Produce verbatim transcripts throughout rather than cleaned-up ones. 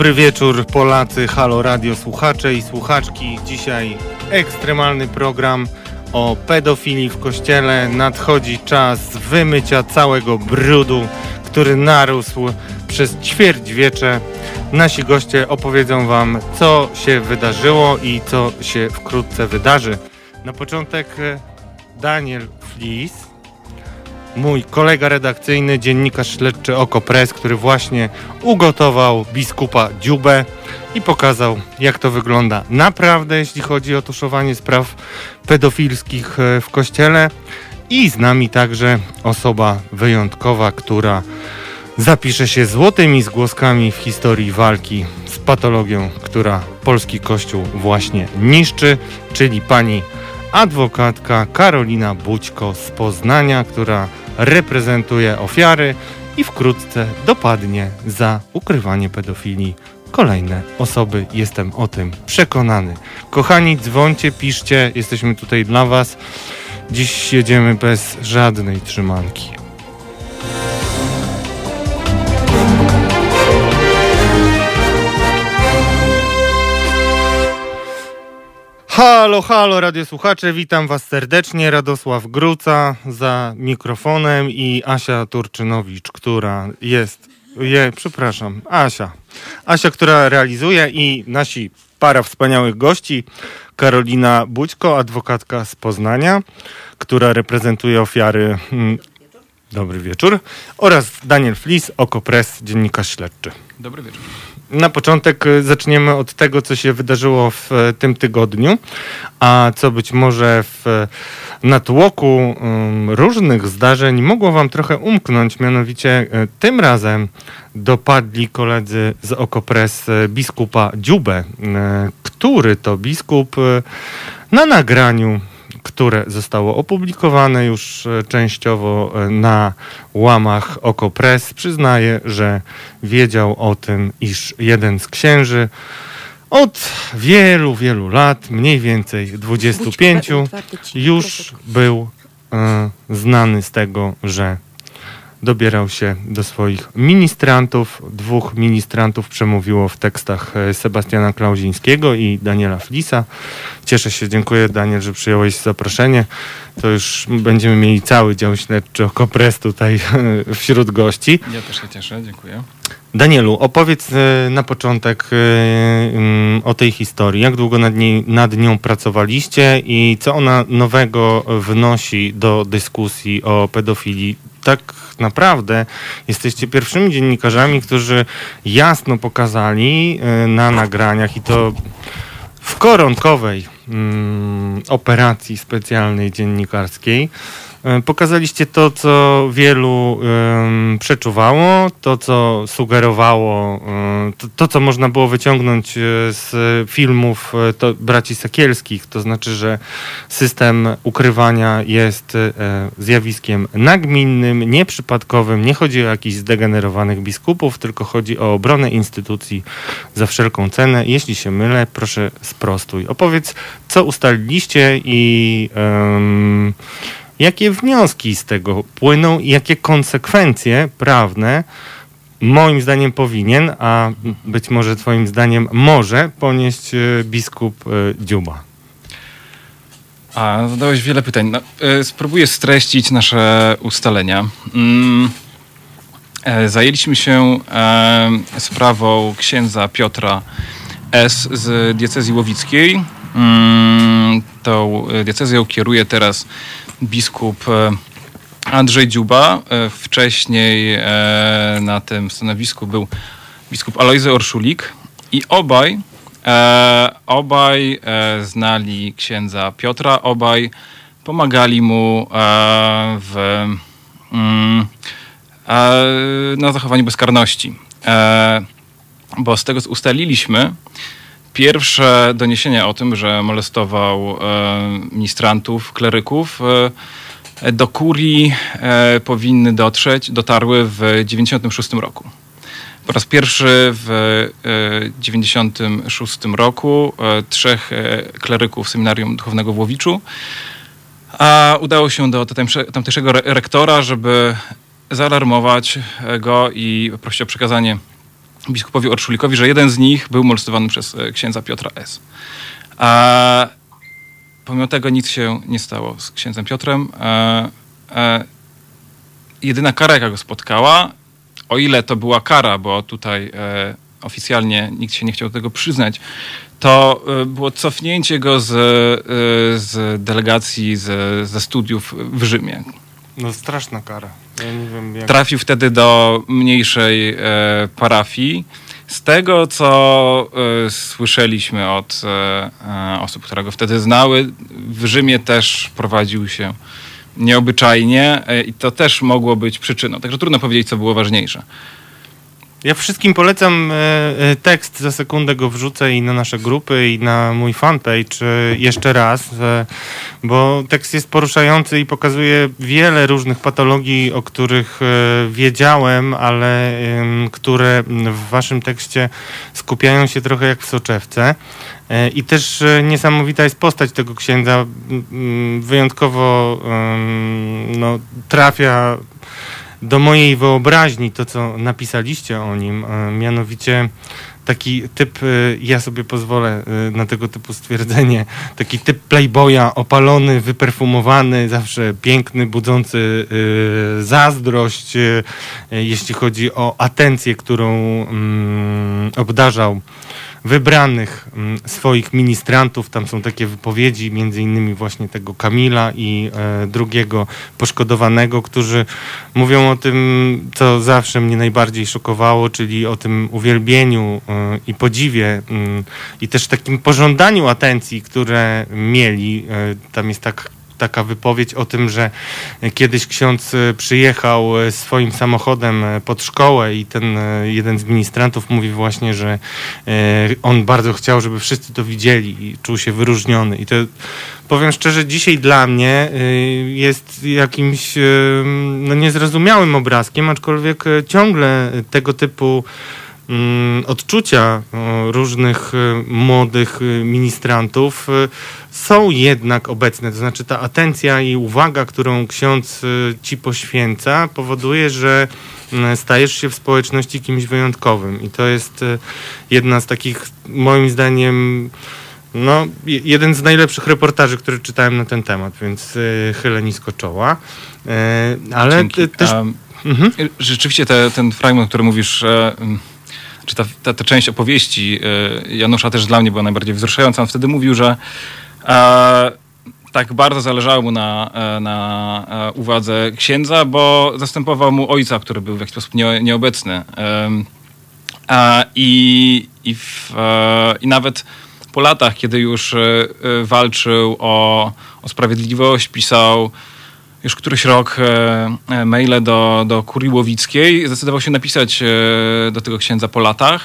Dobry wieczór Polacy, Halo Radio, słuchacze i słuchaczki. Dzisiaj ekstremalny program o pedofilii w kościele. Nadchodzi czas wymycia całego brudu, który narósł przez ćwierćwiecze. Nasi goście opowiedzą wam, co się wydarzyło i co się wkrótce wydarzy. Na początek Daniel Flis, mój kolega redakcyjny, dziennikarz śledczy Okopres, który właśnie ugotował biskupa Dziubę i pokazał, jak to wygląda naprawdę, jeśli chodzi o tuszowanie spraw pedofilskich w kościele. I z nami także osoba wyjątkowa, która zapisze się złotymi zgłoskami w historii walki z patologią, która polski kościół właśnie niszczy, czyli pani adwokatka Karolina Bućko z Poznania, która reprezentuje ofiary i wkrótce dopadnie za ukrywanie pedofilii kolejne osoby. Jestem o tym przekonany. Kochani, dzwońcie, piszcie, jesteśmy tutaj dla was. Dziś jedziemy bez żadnej trzymanki. Halo, halo radiosłuchacze, witam was serdecznie. Radosław Gruca za mikrofonem i Asia Turczynowicz, która jest, je, przepraszam, Asia. Asia, która realizuje, i nasi para wspaniałych gości, Karolina Bućko, adwokatka z Poznania, która reprezentuje ofiary. Hmm, dobry wieczór. Oraz Daniel Flis, Okopres, dziennikarz śledczy. Dobry wieczór. Na początek zaczniemy od tego, co się wydarzyło w tym tygodniu, a co być może w natłoku um, różnych zdarzeń mogło wam trochę umknąć. Mianowicie tym razem dopadli koledzy z Okopres biskupa Dziubę, który to biskup na nagraniu, które zostało opublikowane już częściowo na łamach Okopres, przyznaje, że wiedział o tym, iż jeden z księży od wielu, wielu lat, mniej więcej dwudziestu pięciu, już był e, znany z tego, że dobierał się do swoich ministrantów. Dwóch ministrantów przemówiło w tekstach Sebastiana Klauzińskiego i Daniela Flisa. Cieszę się, dziękuję Daniel, że przyjąłeś zaproszenie. To już będziemy mieli cały dział śledczy Okopres tutaj wśród gości. Ja też się cieszę, dziękuję. Danielu, opowiedz na początek o tej historii. Jak długo nad, niej, nad nią pracowaliście i co ona nowego wnosi do dyskusji o pedofilii? Tak naprawdę jesteście pierwszymi dziennikarzami, którzy jasno pokazali na nagraniach, i to w koronkowej mm, operacji specjalnej dziennikarskiej, pokazaliście to, co wielu um, przeczuwało, to, co sugerowało, um, to, to, co można było wyciągnąć z filmów to, braci Sekielskich, to znaczy, że system ukrywania jest e, zjawiskiem nagminnym, nieprzypadkowym, nie chodzi o jakichś zdegenerowanych biskupów, tylko chodzi o obronę instytucji za wszelką cenę. Jeśli się mylę, proszę sprostuj. Opowiedz, co ustaliliście i um, jakie wnioski z tego płyną i jakie konsekwencje prawne moim zdaniem powinien, a być może twoim zdaniem może ponieść biskup Dziuba? A, zadałeś wiele pytań. No, y, spróbuję streścić nasze ustalenia. Mm, e, zajęliśmy się e, sprawą księdza Piotra S. z diecezji łowickiej. Mm, tą diecezją kieruje teraz biskup Andrzej Dziuba. Wcześniej na tym stanowisku był biskup Alojzy Orszulik i obaj, obaj znali księdza Piotra, obaj pomagali mu w, na zachowaniu bezkarności. Bo z tego, co ustaliliśmy, pierwsze doniesienia o tym, że molestował e, ministrantów, kleryków, e, do kurii e, powinny dotrzeć, dotarły w dziewięćdziesiątym szóstym roku. Po raz pierwszy w e, dziewięćdziesiątym szóstym roku e, trzech e, kleryków seminarium duchownego w Łowiczu a udało się do tamtejszego rektora, żeby zaalarmować go i prosić o przekazanie biskupowi Orszulikowi, że jeden z nich był molestowany przez księdza Piotra S. A pomimo tego nic się nie stało z księdzem Piotrem. E, e, jedyna kara, jaka go spotkała, o ile to była kara, bo tutaj e, oficjalnie nikt się nie chciał do tego przyznać, to e, było cofnięcie go z, e, z delegacji, z, ze studiów w Rzymie. No straszna kara. Ja nie wiem, jak... Trafił wtedy do mniejszej e, parafii. Z tego, co e, słyszeliśmy od e, osób, które go wtedy znały, w Rzymie też prowadził się nieobyczajnie e, i to też mogło być przyczyną. Także trudno powiedzieć, co było ważniejsze. Ja wszystkim polecam e, tekst, za sekundę go wrzucę i na nasze grupy, i na mój fanpage e, jeszcze raz, e, bo tekst jest poruszający i pokazuje wiele różnych patologii, o których e, wiedziałem, ale e, które w waszym tekście skupiają się trochę jak w soczewce. E, I też e, niesamowita jest postać tego księdza, m, wyjątkowo e, no, trafia do mojej wyobraźni to, co napisaliście o nim, mianowicie taki typ, ja sobie pozwolę na tego typu stwierdzenie, taki typ playboya, opalony, wyperfumowany, zawsze piękny, budzący zazdrość, jeśli chodzi o atencję, którą obdarzał wybranych swoich ministrantów. Tam są takie wypowiedzi, między innymi właśnie tego Kamila i e, drugiego poszkodowanego, którzy mówią o tym, co zawsze mnie najbardziej szokowało, czyli o tym uwielbieniu e, i podziwie e, i też takim pożądaniu atencji, które mieli. E, tam jest tak taka wypowiedź o tym, że kiedyś ksiądz przyjechał swoim samochodem pod szkołę i ten jeden z ministrantów mówi właśnie, że on bardzo chciał, żeby wszyscy to widzieli i czuł się wyróżniony. I to, powiem szczerze, dzisiaj dla mnie jest jakimś no, niezrozumiałym obrazkiem, aczkolwiek ciągle tego typu odczucia różnych młodych ministrantów są jednak obecne. To znaczy ta atencja i uwaga, którą ksiądz ci poświęca, powoduje, że stajesz się w społeczności kimś wyjątkowym. I to jest jedna z takich, moim zdaniem, no, jeden z najlepszych reportaży, które czytałem na ten temat, więc chylę nisko czoła. Ale Dzięki. też... Um, mhm. Rzeczywiście te, ten fragment, który mówisz... czy ta, ta, ta część opowieści Janusza też dla mnie była najbardziej wzruszająca. On wtedy mówił, że e, tak bardzo zależało mu na, na uwadze księdza, bo zastępował mu ojca, który był w jakiś sposób nie, nieobecny. E, a, i, i, w, e, I nawet po latach, kiedy już e, walczył o, o sprawiedliwość, pisał już któryś rok e, maile do, do Kurii Łowickiej, zdecydował się napisać e, do tego księdza po latach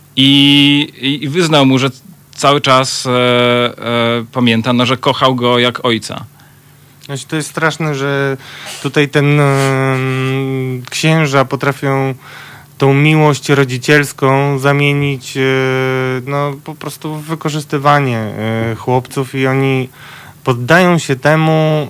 i, i wyznał mu, że cały czas e, e, pamięta, no, że kochał go jak ojca. Znaczy, to jest straszne, że tutaj ten e, księża potrafią tą miłość rodzicielską zamienić e, no, po prostu w wykorzystywanie e, chłopców i oni poddają się temu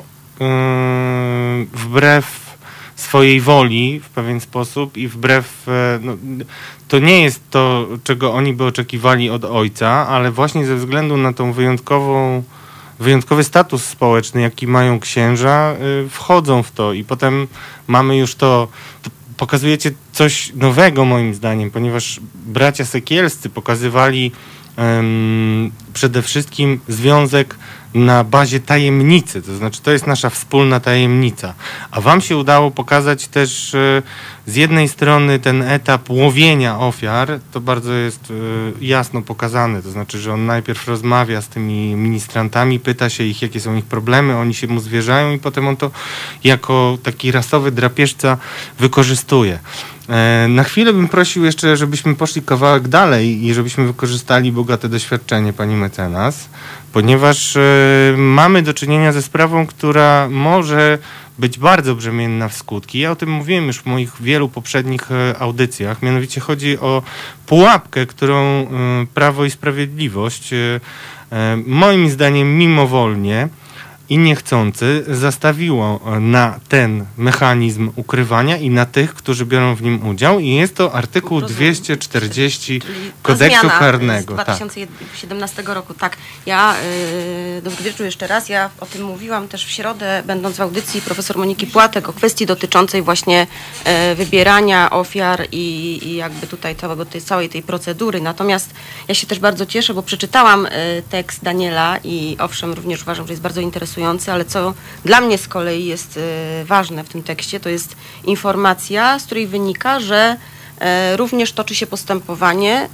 wbrew swojej woli w pewien sposób i wbrew, no, to nie jest to, czego oni by oczekiwali od ojca, ale właśnie ze względu na tą wyjątkową, wyjątkowy status społeczny, jaki mają księża, wchodzą w to i potem mamy już to, to pokazujecie coś nowego moim zdaniem, ponieważ bracia Sekielscy pokazywali um, przede wszystkim związek na bazie tajemnicy, to znaczy to jest nasza wspólna tajemnica. A wam się udało pokazać też y, z jednej strony ten etap łowienia ofiar, to bardzo jest y, jasno pokazane, to znaczy, że on najpierw rozmawia z tymi ministrantami, pyta się ich, jakie są ich problemy, oni się mu zwierzają i potem on to jako taki rasowy drapieżca wykorzystuje. E, na chwilę bym prosił jeszcze, żebyśmy poszli kawałek dalej i żebyśmy wykorzystali bogate doświadczenie pani mecenas, ponieważ y, mamy do czynienia ze sprawą, która może być bardzo brzemienna w skutki. Ja o tym mówiłem już w moich wielu poprzednich y, audycjach. Mianowicie chodzi o pułapkę, którą y, Prawo i Sprawiedliwość y, y, moim zdaniem mimowolnie i niechcący zastawiło na ten mechanizm ukrywania i na tych, którzy biorą w nim udział. I jest to artykuł dwieście czterdzieści kodeksu karnego. Z dwa tysiące siedemnastego roku, tak. Ja, yy, dobry wieczór jeszcze raz, ja o tym mówiłam też w środę, będąc w audycji profesor Moniki Płatek o kwestii dotyczącej właśnie yy, wybierania ofiar i, i jakby tutaj całego, tej, całej tej procedury. Natomiast ja się też bardzo cieszę, bo przeczytałam yy, tekst Daniela i owszem, również uważam, że jest bardzo interesujący, ale co dla mnie z kolei jest y, ważne w tym tekście, to jest informacja, z której wynika, że y, również toczy się postępowanie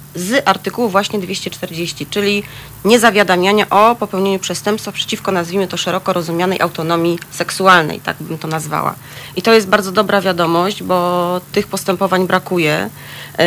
z artykułu właśnie dwieście czterdzieści, czyli niezawiadamiania o popełnieniu przestępstwa przeciwko, nazwijmy to szeroko rozumianej autonomii seksualnej, tak bym to nazwała. I to jest bardzo dobra wiadomość, bo tych postępowań brakuje. Y,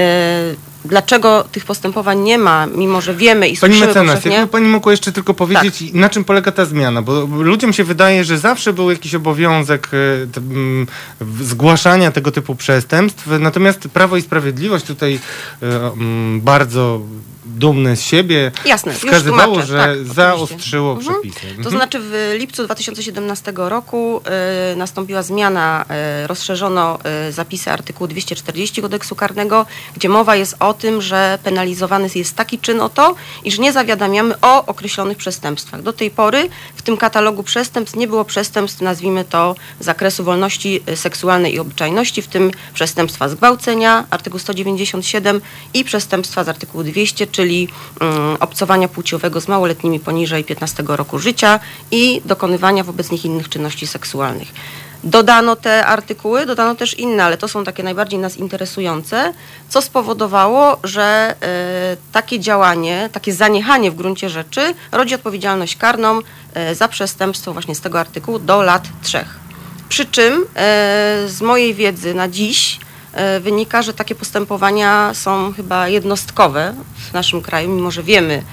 Dlaczego tych postępowań nie ma, mimo że wiemy i Pani słyszymy mecenas, powszechnie? jakby pani mogła jeszcze tylko powiedzieć, tak, na czym polega ta zmiana? Bo ludziom się wydaje, że zawsze był jakiś obowiązek y, t, m, zgłaszania tego typu przestępstw, natomiast Prawo i Sprawiedliwość tutaj y, m, bardzo dumne z siebie Jasne, wskazywało, tłumaczę, że tak, zaostrzyło mhm. przepisy. Mhm. To znaczy w lipcu dwa tysiące siedemnastego roku y, nastąpiła zmiana, y, rozszerzono y, zapisy artykułu dwieście czterdzieści kodeksu karnego, gdzie mowa jest o tym, że penalizowany jest taki czyn oto, iż nie zawiadamiamy o określonych przestępstwach. Do tej pory w tym katalogu przestępstw nie było przestępstw, nazwijmy to, z zakresu wolności seksualnej i obyczajności, w tym przestępstwa zgwałcenia, artykuł sto dziewięćdziesiąt siedem i przestępstwa z artykułu dwieście, czyli um, obcowania płciowego z małoletnimi poniżej piętnastego roku życia i dokonywania wobec nich innych czynności seksualnych. Dodano te artykuły, dodano też inne, ale to są takie najbardziej nas interesujące, co spowodowało, że y, takie działanie, takie zaniechanie w gruncie rzeczy rodzi odpowiedzialność karną y, za przestępstwo właśnie z tego artykułu do lat trzech. Przy czym y, z mojej wiedzy na dziś y, wynika, że takie postępowania są chyba jednostkowe w naszym kraju, mimo że wiemy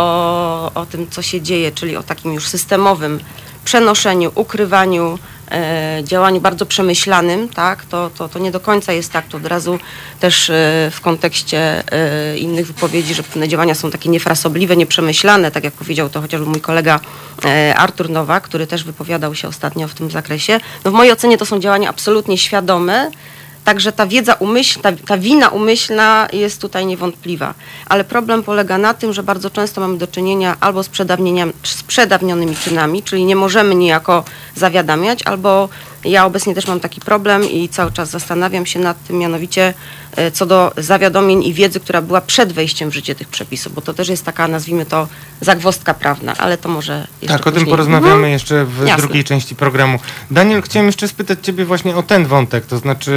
o, o tym, co się dzieje, czyli o takim już systemowym przenoszeniu, ukrywaniu, e, działaniu bardzo przemyślanym, tak, to, to, to nie do końca jest tak, to od razu też e, w kontekście e, innych wypowiedzi, że pewne działania są takie niefrasobliwe, nieprzemyślane, tak jak powiedział to chociażby mój kolega e, Artur Nowak, który też wypowiadał się ostatnio w tym zakresie. No w mojej ocenie to są działania absolutnie świadome, także ta wiedza umyślna, ta, ta wina umyślna jest tutaj niewątpliwa. Ale problem polega na tym, że bardzo często mamy do czynienia albo z, z przedawnionymi czynami, czyli nie możemy niejako zawiadamiać, albo ja obecnie też mam taki problem i cały czas zastanawiam się nad tym, mianowicie co do zawiadomień i wiedzy, która była przed wejściem w życie tych przepisów, bo to też jest taka, nazwijmy to, zagwozdka prawna, ale to może jeszcze Tak, o później. tym porozmawiamy Mhm. jeszcze w Jasne. drugiej części programu. Daniel, chciałem jeszcze spytać ciebie właśnie o ten wątek, to znaczy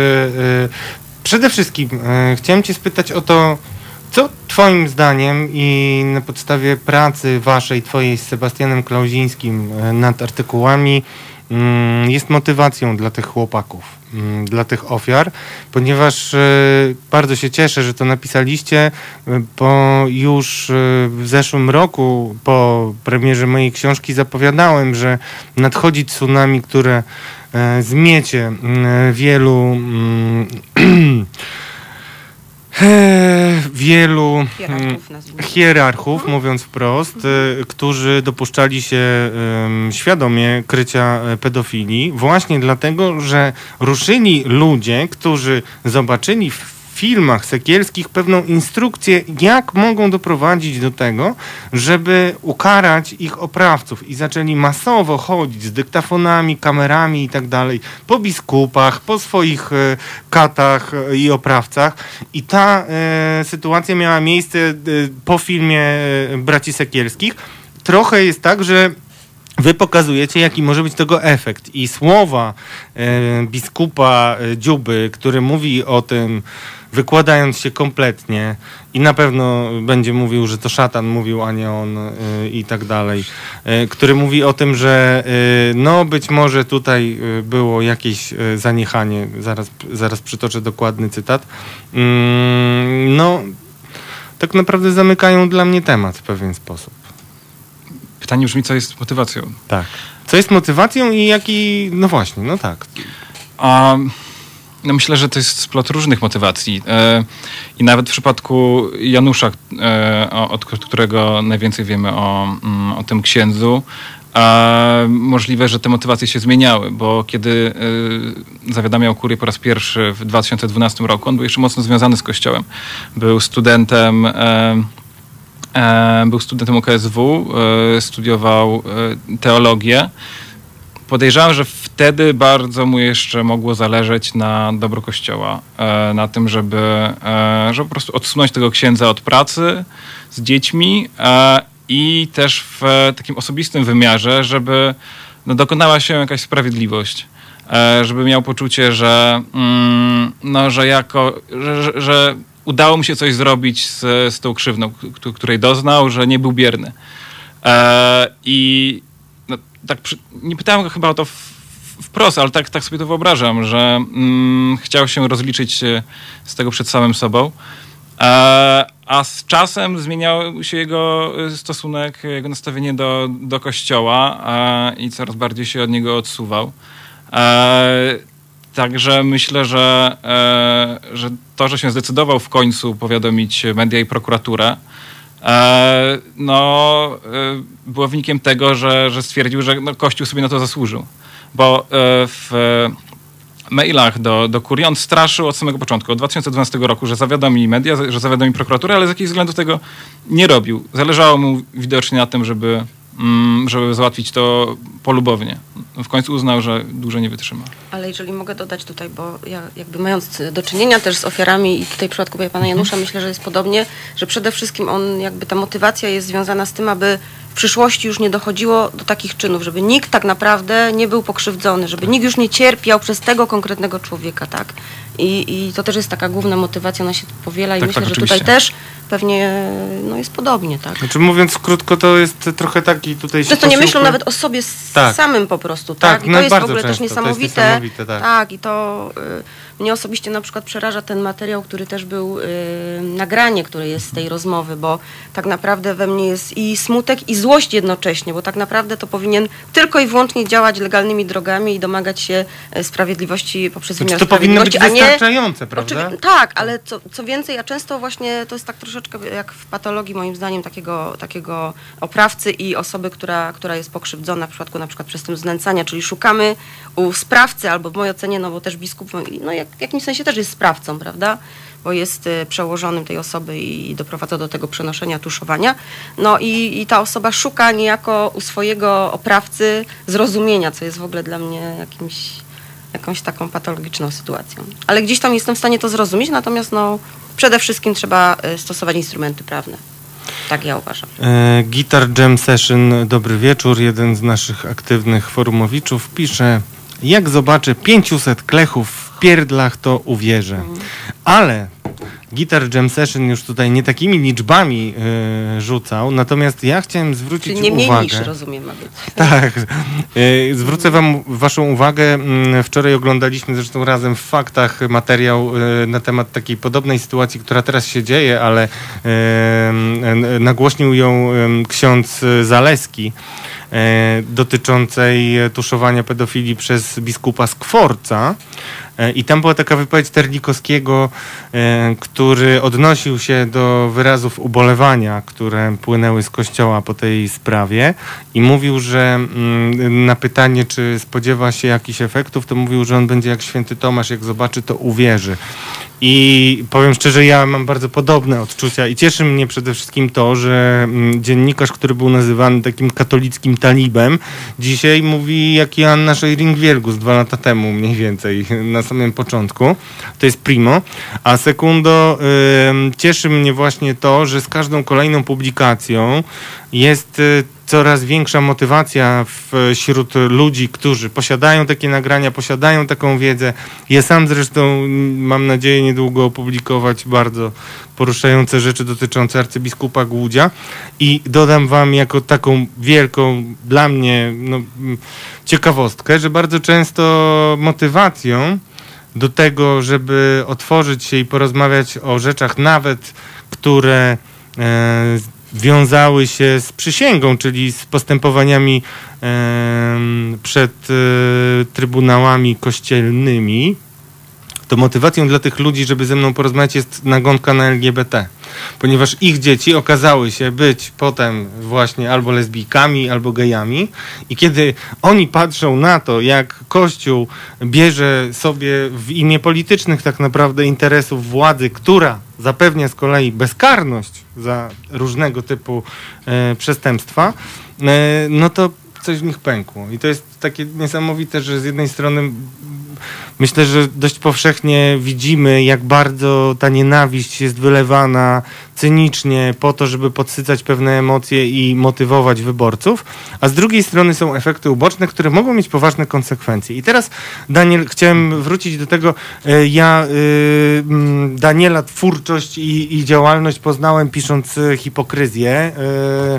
yy, przede wszystkim yy, chciałem cię spytać o to, co twoim zdaniem i na podstawie pracy waszej, twojej z Sebastianem Klauzińskim yy, nad artykułami jest motywacją dla tych chłopaków, dla tych ofiar, ponieważ bardzo się cieszę, że to napisaliście, bo już w zeszłym roku po premierze mojej książki zapowiadałem, że nadchodzi tsunami, które zmiecie wielu wielu Hierarchów, hierarchów, mówiąc wprost, mhm. którzy dopuszczali się um, świadomie krycia pedofilii właśnie dlatego, że ruszyli ludzie, którzy zobaczyli w filmach sekielskich pewną instrukcję, jak mogą doprowadzić do tego, żeby ukarać ich oprawców i zaczęli masowo chodzić z dyktafonami, kamerami i tak dalej po biskupach, po swoich e, katach e, i oprawcach i ta e, sytuacja miała miejsce e, po filmie e, Braci Sekielskich. Trochę jest tak, że wy pokazujecie, jaki może być tego efekt i słowa e, biskupa e, Dziuby, który mówi o tym, wykładając się kompletnie i na pewno będzie mówił, że to szatan mówił, a nie on y, i tak dalej, y, który mówi o tym, że y, no być może tutaj y, było jakieś y, zaniechanie, zaraz, zaraz przytoczę dokładny cytat, y, no tak naprawdę zamykają dla mnie temat w pewien sposób. Pytanie brzmi, co jest motywacją? Tak. Co jest motywacją i jaki, no właśnie, no tak. A... No myślę, że to jest splot różnych motywacji e, i nawet w przypadku Janusza, e, od którego najwięcej wiemy o, o tym księdzu, E, możliwe, że te motywacje się zmieniały, bo kiedy e, zawiadamiał kurię po raz pierwszy w dwa tysiące dwunastym roku, on był jeszcze mocno związany z Kościołem. Był studentem e, e, był studentem U K S W, e, studiował e, teologię. Podejrzewam, że wtedy bardzo mu jeszcze mogło zależeć na dobro Kościoła, e, na tym, żeby, e, żeby po prostu odsunąć tego księdza od pracy z dziećmi, e, i też w takim osobistym wymiarze, żeby no, dokonała się jakaś sprawiedliwość. E, żeby miał poczucie, że, mm, no, że, jako, że, że, że udało mu się coś zrobić z, z tą krzywdą, k- której doznał, że nie był bierny. E, I no, tak przy, nie pytałem go chyba o to w, wprost, ale tak, tak sobie to wyobrażam, że mm, chciał się rozliczyć z tego przed samym sobą. A z czasem zmieniał się jego stosunek, jego nastawienie do, do Kościoła i coraz bardziej się od niego odsuwał. Także myślę, że, że to, że się zdecydował w końcu powiadomić media i prokuraturę, no, było wynikiem tego, że, że stwierdził, że no, Kościół sobie na to zasłużył. Bo w mailach do, do kurii on straszył od samego początku, od dwa tysiące dwunastego roku, że zawiadomi media, że zawiadomi prokuraturę, ale z jakichś względów tego nie robił. Zależało mu widocznie na tym, żeby, mm, żeby załatwić to polubownie. W końcu uznał, że dłużej nie wytrzyma. Ale jeżeli mogę dodać tutaj, bo ja jakby mając do czynienia też z ofiarami i tutaj w przypadku pana Janusza myślę, że jest podobnie, że przede wszystkim on jakby ta motywacja jest związana z tym, aby w przyszłości już nie dochodziło do takich czynów, żeby nikt tak naprawdę nie był pokrzywdzony, żeby nikt już nie cierpiał przez tego konkretnego człowieka, tak? I, i to też jest taka główna motywacja, ona się powiela i tak, myślę, tak, że oczywiście. tutaj też pewnie no, jest podobnie, tak? Znaczy mówiąc krótko, to jest trochę taki tutaj... Że to nie myślą nawet o sobie s- tak. samym po prostu, tak? tak? I no to jest w bardzo ogóle często, też niesamowite. To jest niesamowite tak. tak, i to y, mnie osobiście na przykład przeraża ten materiał, który też był, y, nagranie, które jest z tej rozmowy, bo tak naprawdę we mnie jest i smutek, i złość jednocześnie, bo tak naprawdę to powinien tylko i wyłącznie działać legalnymi drogami i domagać się sprawiedliwości poprzez wymiar to powinno być sprawiedliwości, wystarczające, prawda? Oczywi- tak, ale co, co więcej, ja często właśnie, to jest tak troszeczkę jak w patologii moim zdaniem takiego, takiego oprawcy i osoby, która, która jest pokrzywdzona w przypadku na przykład przestępstw znęcania, czyli szukamy u sprawcy, albo w mojej ocenie, no bo też biskup, no jak, w jakimś sensie też jest sprawcą, prawda? Bo jest y, przełożonym tej osoby i doprowadza do tego przenoszenia, tuszowania. No i, i ta osoba szuka niejako u swojego oprawcy zrozumienia, co jest w ogóle dla mnie jakimś, jakąś taką patologiczną sytuacją. Ale gdzieś tam jestem w stanie to zrozumieć, natomiast no, przede wszystkim trzeba y, stosować instrumenty prawne. Tak ja uważam. E, Guitar Jam Session, dobry wieczór. Jeden z naszych aktywnych forumowiczów pisze: jak zobaczę pięciuset klechów w pierdlach, to uwierzę. Mm. Ale Guitar Jam Session już tutaj nie takimi liczbami e, rzucał, natomiast ja chciałem zwrócić Czyli nie mniej uwagę... niż, rozumiem, ma być. Tak. E, zwrócę wam waszą uwagę. Wczoraj oglądaliśmy zresztą razem w Faktach materiał e, na temat takiej podobnej sytuacji, która teraz się dzieje, ale e, e, nagłośnił ją e, ksiądz Zaleski, e, dotyczącej tuszowania pedofilii przez biskupa Skworca. I tam była taka wypowiedź Terlikowskiego, e, który odnosił się do wyrazów ubolewania, które płynęły z kościoła po tej sprawie i mówił, że mm, na pytanie, czy spodziewa się jakichś efektów, to mówił, że on będzie jak święty Tomasz, jak zobaczy, to uwierzy. I powiem szczerze, ja mam bardzo podobne odczucia i cieszy mnie przede wszystkim to, że mm, dziennikarz, który był nazywany takim katolickim talibem, dzisiaj mówi jak Joanna Szejring-Wielgus dwa lata temu mniej więcej, na samym początku. To jest primo. A sekundo, y, cieszy mnie właśnie to, że z każdą kolejną publikacją jest y, coraz większa motywacja wśród ludzi, którzy posiadają takie nagrania, posiadają taką wiedzę. Ja sam zresztą mam nadzieję niedługo opublikować bardzo poruszające rzeczy dotyczące arcybiskupa Głódzia i dodam wam jako taką wielką dla mnie no, ciekawostkę, że bardzo często motywacją do tego, żeby otworzyć się i porozmawiać o rzeczach nawet, które e, wiązały się z przysięgą, czyli z postępowaniami e, przed e, trybunałami kościelnymi, to motywacją dla tych ludzi, żeby ze mną porozmawiać, jest nagonka na L G B T. ponieważ ich dzieci okazały się być potem właśnie albo lesbijkami, albo gejami i kiedy oni patrzą na to, jak Kościół bierze sobie w imię politycznych tak naprawdę interesów władzy, która zapewnia z kolei bezkarność za różnego typu e, przestępstwa, e, no to coś w nich pękło. I to jest takie niesamowite, że z jednej strony myślę, że dość powszechnie widzimy, jak bardzo ta nienawiść jest wylewana cynicznie po to, żeby podsycać pewne emocje i motywować wyborców, a z drugiej strony są efekty uboczne, które mogą mieć poważne konsekwencje. I teraz, Daniel, chciałem wrócić do tego, ja y, Daniela twórczość i, i działalność poznałem pisząc Hipokryzję, y,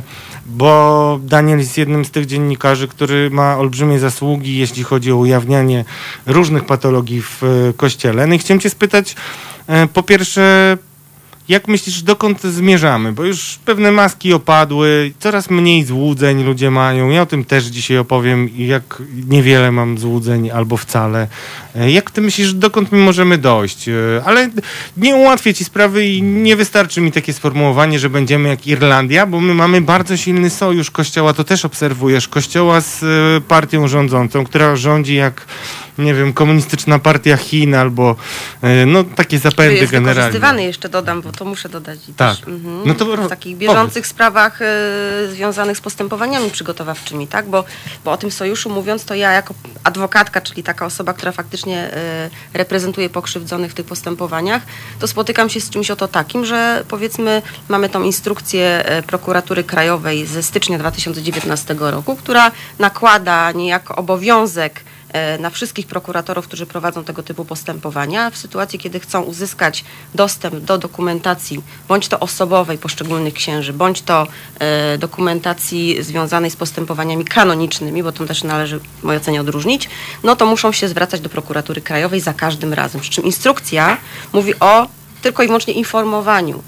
bo Daniel jest jednym z tych dziennikarzy, który ma olbrzymie zasługi, jeśli chodzi o ujawnianie różnych patologii w Kościele. No i chciałem cię spytać, po pierwsze, jak myślisz, dokąd zmierzamy? Bo już pewne maski opadły, coraz mniej złudzeń ludzie mają. Ja o tym też dzisiaj opowiem, jak niewiele mam złudzeń albo wcale. Jak ty myślisz, dokąd my możemy dojść? Ale nie ułatwię ci sprawy i nie wystarczy mi takie sformułowanie, że będziemy jak Irlandia, bo my mamy bardzo silny sojusz Kościoła, to też obserwujesz, Kościoła z partią rządzącą, która rządzi jak, nie wiem, komunistyczna partia Chin albo no takie zapędy jest generalnie. wykorzystywany jeszcze dodam, bo to muszę dodać. Tak. Też, mhm, no to w takich bieżących powiedz. sprawach y, związanych z postępowaniami przygotowawczymi, tak? Bo, bo o tym sojuszu mówiąc, to ja jako adwokatka, czyli taka osoba, która faktycznie y, reprezentuje pokrzywdzonych w tych postępowaniach, to spotykam się z czymś oto takim, że powiedzmy mamy tą instrukcję y, Prokuratury Krajowej ze stycznia dwa tysiące dziewiętnastego roku, która nakłada niejako obowiązek na wszystkich prokuratorów, którzy prowadzą tego typu postępowania, w sytuacji, kiedy chcą uzyskać dostęp do dokumentacji, bądź to osobowej poszczególnych księży, bądź to e, dokumentacji związanej z postępowaniami kanonicznymi, bo to też należy w mojej ocenie odróżnić, no to muszą się zwracać do Prokuratury Krajowej za każdym razem. Przy czym instrukcja mówi o tylko i wyłącznie informowaniu.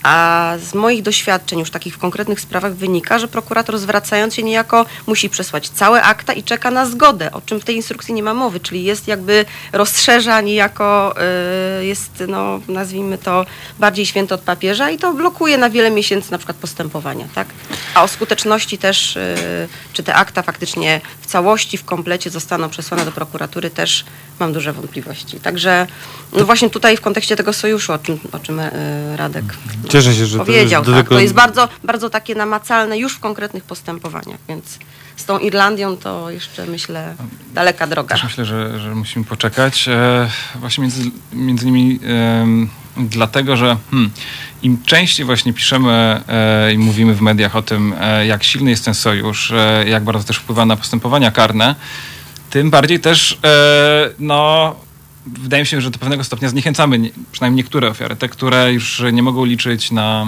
A z moich doświadczeń już takich w konkretnych sprawach wynika, że prokurator zwracając się niejako musi przesłać całe akta i czeka na zgodę, o czym w tej instrukcji nie ma mowy, czyli jest jakby rozszerza niejako, y, jest no nazwijmy to bardziej święto od papieża i to blokuje na wiele miesięcy na przykład postępowania, tak? A o skuteczności też, y, czy te akta faktycznie w całości, w komplecie zostaną przesłane do prokuratury też mam duże wątpliwości. Także no właśnie tutaj w kontekście tego sojuszu, o czym, o czym y, Radek Cieszę się, że powiedział, to, tak. tylko... to jest bardzo, bardzo takie namacalne już w konkretnych postępowaniach, więc z tą Irlandią to jeszcze myślę daleka droga. Też myślę, że, że musimy poczekać. E, właśnie między, między innymi e, dlatego, że hmm, im częściej właśnie piszemy e, i mówimy w mediach o tym, e, jak silny jest ten sojusz, e, jak bardzo też wpływa na postępowania karne, tym bardziej też e, no wydaje mi się, że do pewnego stopnia zniechęcamy nie, przynajmniej niektóre ofiary, te, które już nie mogą liczyć na,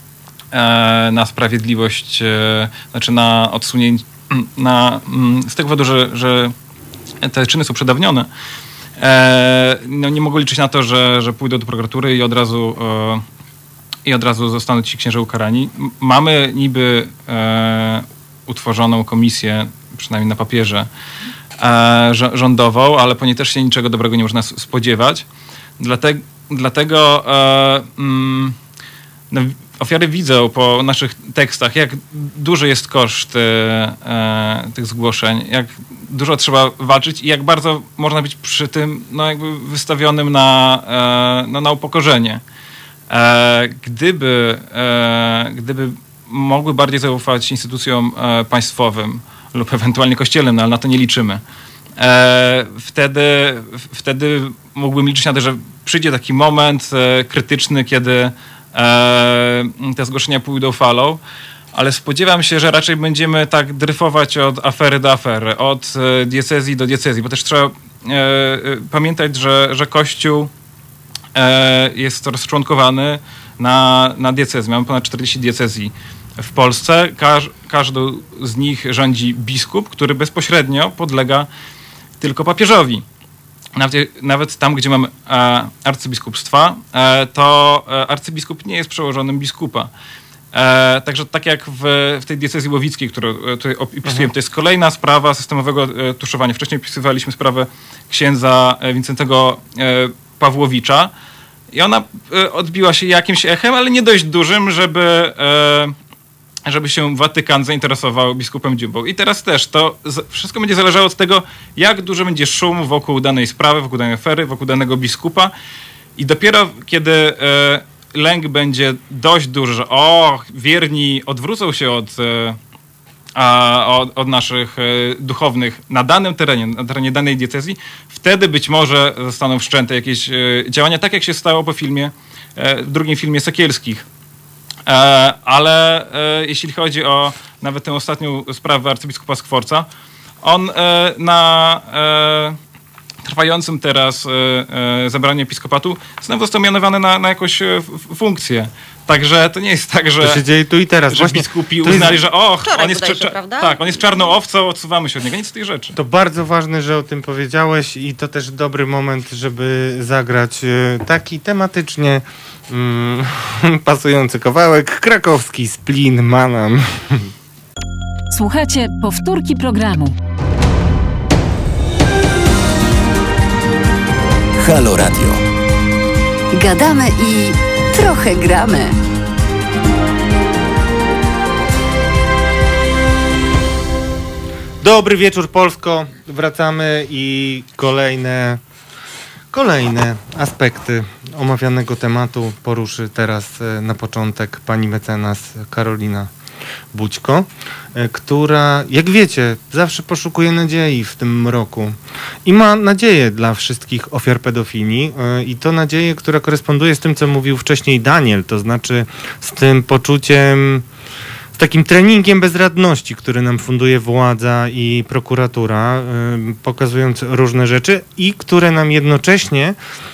e, na sprawiedliwość, e, znaczy na odsunięcie, na, z tego powodu, że, że te czyny są przedawnione, e, no nie mogą liczyć na to, że, że pójdą do prokuratury i od razu, e, i od razu zostaną ci księża ukarani. Mamy niby e, utworzoną komisję, przynajmniej na papierze, rządową, ale po niej też się niczego dobrego nie można spodziewać. Dlatego, dlatego e, mm, no, ofiary widzą po naszych tekstach, jak duży jest koszt e, tych zgłoszeń, jak dużo trzeba walczyć i jak bardzo można być przy tym no, jakby wystawionym na, e, no, na upokorzenie. E, gdyby, e, gdyby mogły bardziej zaufać instytucjom e, państwowym, lub ewentualnie kościelnym, no ale na to nie liczymy. E, wtedy, wtedy mógłbym liczyć na to, że przyjdzie taki moment e, krytyczny, kiedy e, te zgłoszenia pójdą falą, ale spodziewam się, że raczej będziemy tak dryfować od afery do afery, od e, diecezji do diecezji, bo też trzeba e, pamiętać, że, że Kościół e, jest rozczłonkowany na, na diecezji. Mamy ponad czterdzieści diecezji w Polsce. Każ, każdą z nich rządzi biskup, który bezpośrednio podlega tylko papieżowi. Nawet, nawet tam, gdzie mamy e, arcybiskupstwa, e, to e, arcybiskup nie jest przełożonym biskupa. E, także tak jak w, w tej diecezji łowickiej, którą tutaj opisujemy, to jest kolejna sprawa systemowego e, tuszowania. Wcześniej opisywaliśmy sprawę księdza Wincentego e, Pawłowicza. I ona e, odbiła się jakimś echem, ale nie dość dużym, żeby, e, żeby się Watykan zainteresował biskupem Dziubą. I teraz też to z, wszystko będzie zależało od tego, jak duży będzie szum wokół danej sprawy, wokół danej afery, wokół danego biskupa. I dopiero kiedy e, lęk będzie dość duży, że o, wierni odwrócą się od, e, a, od, od naszych e, duchownych na danym terenie, na terenie danej diecezji, wtedy być może zostaną wszczęte jakieś e, działania, tak jak się stało po filmie, e, w drugim filmie Sekielskich. E, ale e, jeśli chodzi o nawet tę ostatnią sprawę arcybiskupa Skworca, on e, na e, trwającym teraz e, e, zebraniu episkopatu znowu został mianowany na, na jakąś e, f, funkcję. Także to nie jest tak, że, To się dzieje tu i teraz. że Właśnie biskupi to jest- uznali, że och, Wczoraj on jest, bodajże, cza- prawda? tak, on jest czarną owcą, odsuwamy się od niego. Nic z tych rzeczy. To bardzo ważne, że o tym powiedziałeś i to też dobry moment, żeby zagrać e, taki tematycznie mm, pasujący kawałek. Krakowski Splin Manam. Słuchajcie powtórki programu. Halo Radio. Gadamy i trochę gramy. Dobry wieczór Polsko. Wracamy i kolejne kolejne aspekty omawianego tematu poruszy teraz e, na początek pani mecenas Karolina Bućko, e, która, jak wiecie, zawsze poszukuje nadziei w tym roku i ma nadzieję dla wszystkich ofiar pedofilii e, i to nadzieję, która koresponduje z tym, co mówił wcześniej Daniel, to znaczy z tym poczuciem, z takim treningiem bezradności, który nam funduje władza i prokuratura, y, pokazując różne rzeczy i które nam jednocześnie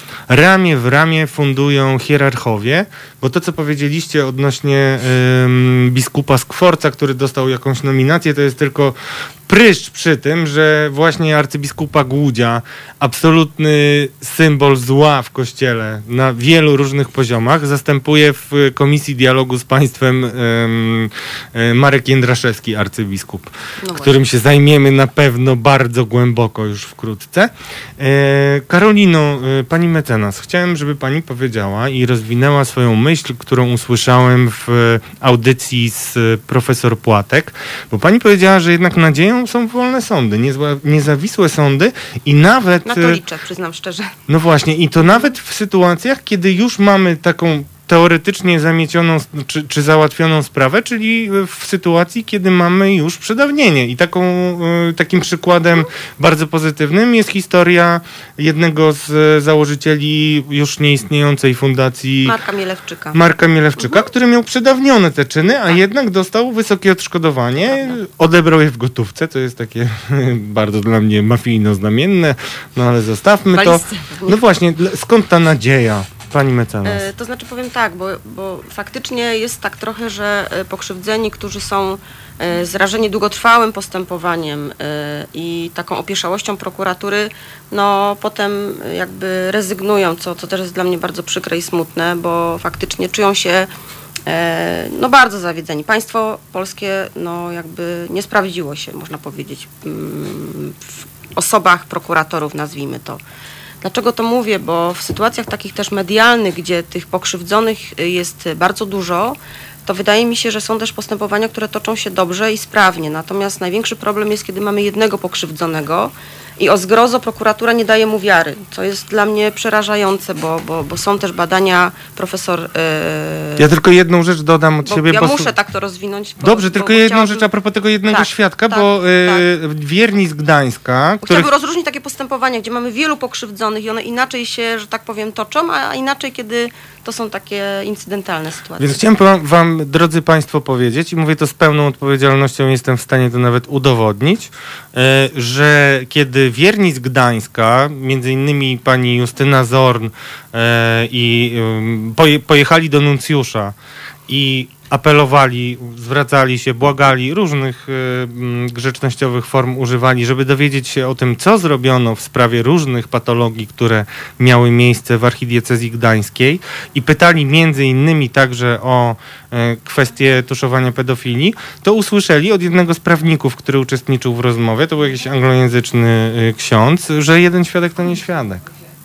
ramię w ramię fundują hierarchowie, bo to, co powiedzieliście odnośnie ym, biskupa Skworca, który dostał jakąś nominację, to jest tylko pryszcz przy tym, że właśnie arcybiskupa Głódzia, absolutny symbol zła w Kościele na wielu różnych poziomach, zastępuje w Komisji Dialogu z Państwem ym, y, Marek Jędraszewski, arcybiskup, No którym się zajmiemy na pewno bardzo głęboko już wkrótce. E, Karolino, e, pani mecenas, chciałem, żeby pani powiedziała i rozwinęła swoją myśl, którą usłyszałem w audycji z e, profesor Płatek, bo pani powiedziała, że jednak nadzieją są wolne sądy, niezła, niezawisłe sądy i nawet... Na to liczę, przyznam szczerze. No właśnie, i to nawet w sytuacjach, kiedy już mamy taką teoretycznie zamiecioną czy, czy załatwioną sprawę, czyli w sytuacji, kiedy mamy już przedawnienie. I taką, y, takim przykładem bardzo pozytywnym jest historia jednego z założycieli już nieistniejącej fundacji Marka Mielewczyka. Marka Mielewczyka, który miał przedawnione te czyny, a jednak dostał wysokie odszkodowanie, odebrał je w gotówce, to jest takie bardzo dla mnie mafijno-znamienne, no ale zostawmy to. Walizce. No właśnie, dl- skąd ta nadzieja, pani mecenas? E, To znaczy powiem tak, bo, bo faktycznie jest tak trochę, że e, pokrzywdzeni, którzy są e, zrażeni długotrwałym postępowaniem e, i taką opieszałością prokuratury, no potem jakby rezygnują, co, co też jest dla mnie bardzo przykre i smutne, bo faktycznie czują się e, no bardzo zawiedzeni. Państwo polskie no jakby nie sprawdziło się, można powiedzieć, mm, w osobach prokuratorów, nazwijmy to. Dlaczego to mówię? Bo w sytuacjach takich też medialnych, gdzie tych pokrzywdzonych jest bardzo dużo, to wydaje mi się, że są też postępowania, które toczą się dobrze i sprawnie. Natomiast największy problem jest, kiedy mamy jednego pokrzywdzonego i o zgrozo prokuratura nie daje mu wiary, co jest dla mnie przerażające, bo, bo, bo są też badania profesor... Yy, Ja tylko jedną rzecz dodam od bo siebie. ja bo muszę tak to rozwinąć. Bo, Dobrze, bo, tylko bo jedną chciałabym- rzecz a propos tego jednego Tak, świadka, tak, bo y, tak. wierni z Gdańska, Bo który... Chciałabym rozróżnić takie postępowania, gdzie mamy wielu pokrzywdzonych i one inaczej się, że tak powiem, toczą, a inaczej, kiedy to są takie incydentalne sytuacje. Więc chciałem wam, wam, drodzy Państwo, powiedzieć i mówię to z pełną odpowiedzialnością, jestem w stanie to nawet udowodnić, e, że kiedy wierni z Gdańska, między innymi pani Justyna Zorn e, i e, poje, pojechali do nuncjusza i apelowali, zwracali się, błagali, różnych y, mm, grzecznościowych form używali, żeby dowiedzieć się o tym, co zrobiono w sprawie różnych patologii, które miały miejsce w archidiecezji gdańskiej i pytali między innymi także o y, kwestię tuszowania pedofilii, to usłyszeli od jednego z prawników, który uczestniczył w rozmowie, to był jakiś anglojęzyczny y, ksiądz, że jeden świadek to nie świadek.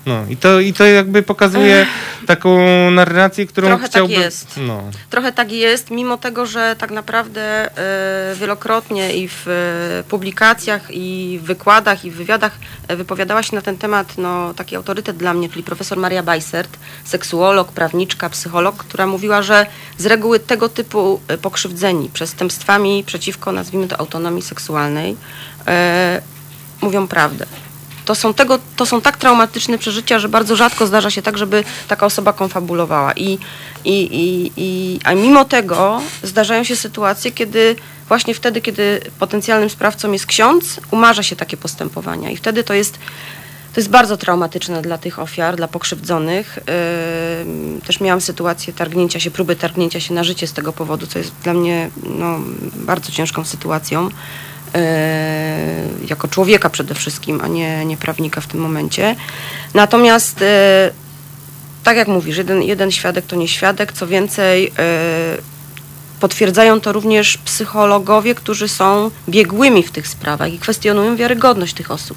No i to, i to jakby pokazuje taką narrację, którą Trochę chciałbym... tak jest. No. Trochę tak jest, mimo tego, że tak naprawdę y, wielokrotnie i w y, publikacjach, i w wykładach, i w wywiadach y, wypowiadała się na ten temat no, taki autorytet dla mnie, czyli profesor Maria Bajsert, seksuolog, prawniczka, psycholog, która mówiła, że z reguły tego typu y, pokrzywdzeni przestępstwami przeciwko, nazwijmy to, autonomii seksualnej y, mówią prawdę. To są, tego, to są tak traumatyczne przeżycia, że bardzo rzadko zdarza się tak, żeby taka osoba konfabulowała. I, i, i, i, a mimo tego zdarzają się sytuacje, kiedy właśnie wtedy, kiedy potencjalnym sprawcą jest ksiądz, umarza się takie postępowania. I wtedy to jest, to jest bardzo traumatyczne dla tych ofiar, dla pokrzywdzonych. Yy, też miałam sytuację targnięcia się, próby targnięcia się na życie z tego powodu, co jest dla mnie no, bardzo ciężką sytuacją. Jako człowieka przede wszystkim, a nie, nie prawnika w tym momencie. Natomiast tak jak mówisz, jeden, jeden świadek to nie świadek, co więcej potwierdzają to również psychologowie, którzy są biegłymi w tych sprawach i kwestionują wiarygodność tych osób.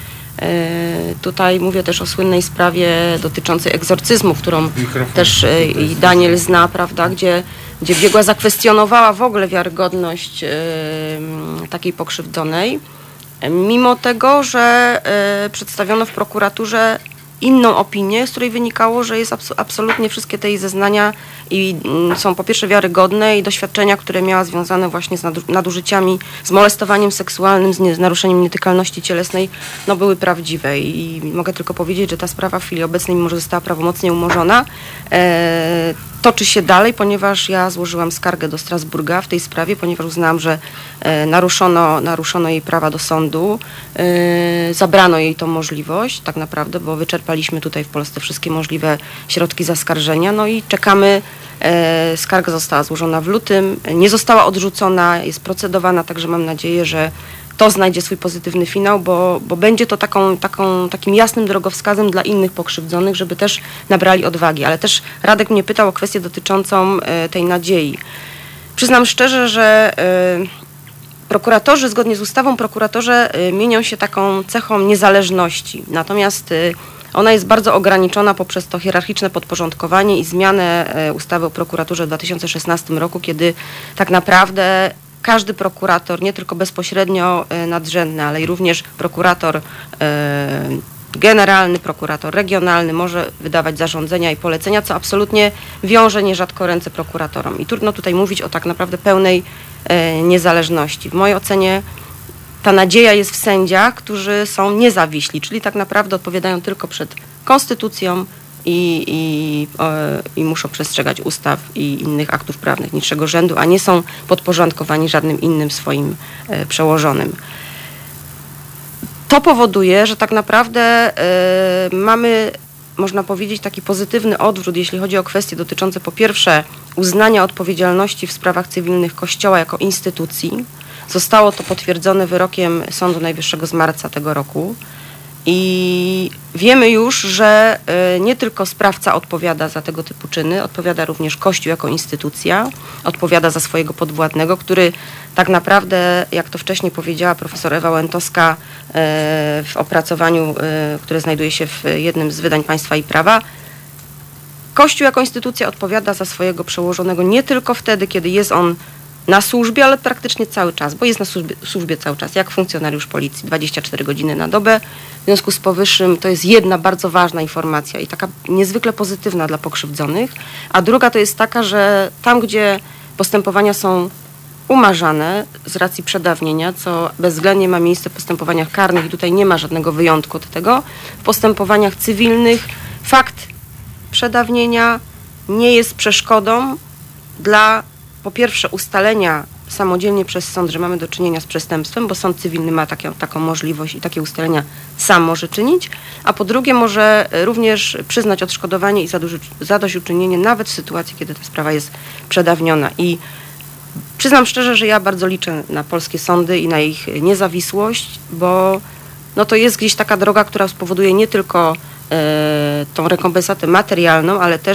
Tutaj mówię też o słynnej sprawie dotyczącej egzorcyzmu, którą Mikrofon. też i Daniel zna, prawda, gdzie gdzie biegła zakwestionowała w ogóle wiarygodność y, takiej pokrzywdzonej, mimo tego, że y, przedstawiono w prokuraturze inną opinię, z której wynikało, że jest abs- absolutnie wszystkie te jej zeznania i y, są po pierwsze wiarygodne i doświadczenia, które miała związane właśnie z nadu- nadużyciami, z molestowaniem seksualnym, z, nie- z naruszeniem nietykalności cielesnej, no były prawdziwe i mogę tylko powiedzieć, że ta sprawa w chwili obecnej, mimo że została prawomocnie umorzona, e, toczy się dalej, ponieważ ja złożyłam skargę do Strasburga w tej sprawie, ponieważ uznałam, że e, naruszono, naruszono jej prawa do sądu, e, zabrano jej tą możliwość tak naprawdę, bo wyczerpaliśmy tutaj w Polsce wszystkie możliwe środki zaskarżenia, no i czekamy, e, skarga została złożona w lutym, nie została odrzucona, jest procedowana, także mam nadzieję, że to znajdzie swój pozytywny finał, bo, bo będzie to taką, taką, takim jasnym drogowskazem dla innych pokrzywdzonych, żeby też nabrali odwagi. Ale też Radek mnie pytał o kwestię dotyczącą e, tej nadziei. Przyznam szczerze, że e, prokuratorzy, zgodnie z ustawą, prokuratorzy e, mienią się taką cechą niezależności. Natomiast e, ona jest bardzo ograniczona poprzez to hierarchiczne podporządkowanie i zmianę e, ustawy o prokuraturze w dwa tysiące szesnastym roku, kiedy tak naprawdę każdy prokurator, nie tylko bezpośrednio nadrzędny, ale i również prokurator generalny, prokurator regionalny może wydawać zarządzenia i polecenia, co absolutnie wiąże nierzadko ręce prokuratorom. I trudno tutaj mówić o tak naprawdę pełnej niezależności. W mojej ocenie ta nadzieja jest w sędziach, którzy są niezawiśli, czyli tak naprawdę odpowiadają tylko przed konstytucją, I, i, e, i muszą przestrzegać ustaw i innych aktów prawnych niższego rzędu, a nie są podporządkowani żadnym innym swoim e, przełożonym. To powoduje, że tak naprawdę e, mamy, można powiedzieć, taki pozytywny odwrót, jeśli chodzi o kwestie dotyczące po pierwsze uznania odpowiedzialności w sprawach cywilnych Kościoła jako instytucji. Zostało to potwierdzone wyrokiem Sądu Najwyższego z marca tego roku. I wiemy już, że nie tylko sprawca odpowiada za tego typu czyny, odpowiada również Kościół jako instytucja, odpowiada za swojego podwładnego, który tak naprawdę, jak to wcześniej powiedziała profesor Ewa Łętowska w opracowaniu, które znajduje się w jednym z wydań Państwa i Prawa, Kościół jako instytucja odpowiada za swojego przełożonego nie tylko wtedy, kiedy jest on na służbie, ale praktycznie cały czas, bo jest na służbie, służbie cały czas, jak funkcjonariusz policji, dwadzieścia cztery godziny na dobę. W związku z powyższym to jest jedna bardzo ważna informacja i taka niezwykle pozytywna dla pokrzywdzonych, a druga to jest taka, że tam, gdzie postępowania są umarzane z racji przedawnienia, co bezwzględnie ma miejsce w postępowaniach karnych i tutaj nie ma żadnego wyjątku od tego, w postępowaniach cywilnych fakt przedawnienia nie jest przeszkodą dla po pierwsze ustalenia samodzielnie przez sąd, że mamy do czynienia z przestępstwem, bo sąd cywilny ma takie, taką możliwość i takie ustalenia sam może czynić, a po drugie może również przyznać odszkodowanie i zadośćuczynienie nawet w sytuacji, kiedy ta sprawa jest przedawniona. I przyznam szczerze, że ja bardzo liczę na polskie sądy i na ich niezawisłość, bo no to jest gdzieś taka droga, która spowoduje nie tylko e, tą rekompensatę materialną, ale też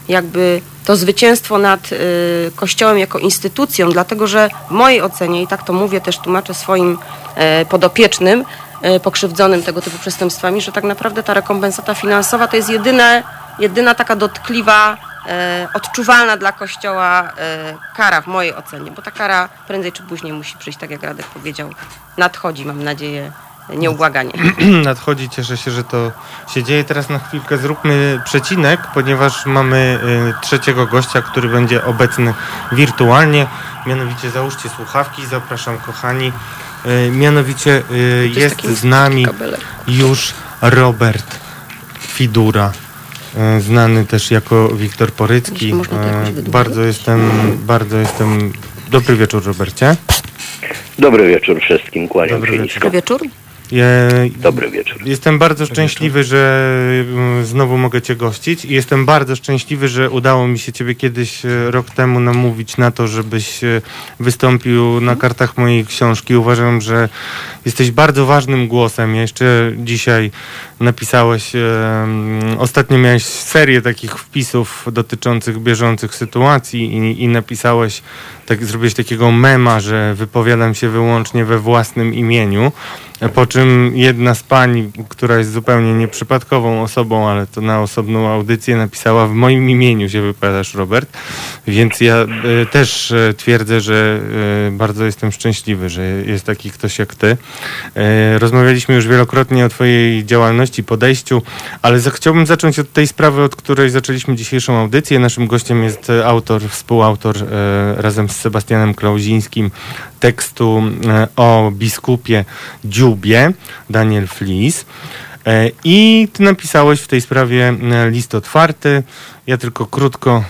jakby to zwycięstwo nad y, Kościołem jako instytucją, dlatego że w mojej ocenie, i tak to mówię, też tłumaczę swoim y, podopiecznym, y, pokrzywdzonym tego typu przestępstwami, że tak naprawdę ta rekompensata finansowa to jest jedyne, jedyna taka dotkliwa, y, odczuwalna dla Kościoła y, kara w mojej ocenie, bo ta kara prędzej czy później musi przyjść, tak jak Radek powiedział, nadchodzi, mam nadzieję, nieubłaganie. Nadchodzi, cieszę się, że to się dzieje. Teraz na chwilkę zróbmy przecinek, ponieważ mamy y, trzeciego gościa, który będzie obecny wirtualnie. Mianowicie załóżcie słuchawki, zapraszam kochani. Y, mianowicie y, jest z nami już Robert Fidura, y, znany też jako Wiktor Porycki. Y, bardzo jestem, bardzo jestem... Dobry wieczór, Robercie. Dobry wieczór wszystkim, kłaniam się nisko. Dobry wieczór. Ja Dobry wieczór. Jestem bardzo szczęśliwy, że znowu mogę Cię gościć i jestem bardzo szczęśliwy, że udało mi się Ciebie kiedyś rok temu namówić na to, żebyś wystąpił na kartach mojej książki. Uważam, że jesteś bardzo ważnym głosem. Ja jeszcze dzisiaj napisałeś, um, ostatnio miałeś serię takich wpisów dotyczących bieżących sytuacji i, i napisałeś, tak, zrobiłeś takiego mema, że wypowiadam się wyłącznie we własnym imieniu. Po czym jedna z pań, która jest zupełnie nieprzypadkową osobą, ale to na osobną audycję, napisała: w moim imieniu się wypowiadasz, Robert. Więc ja y, też y, twierdzę, że y, bardzo jestem szczęśliwy, że jest taki ktoś jak ty. Y, rozmawialiśmy już wielokrotnie o twojej działalności, podejściu, ale za, chciałbym zacząć od tej sprawy, od której zaczęliśmy dzisiejszą audycję. Naszym gościem jest autor, współautor y, razem z Sebastianem Klauzińskim tekstu y, o biskupie Dziubie, Daniel Flis. I ty napisałeś w tej sprawie list otwarty. Ja tylko krótko,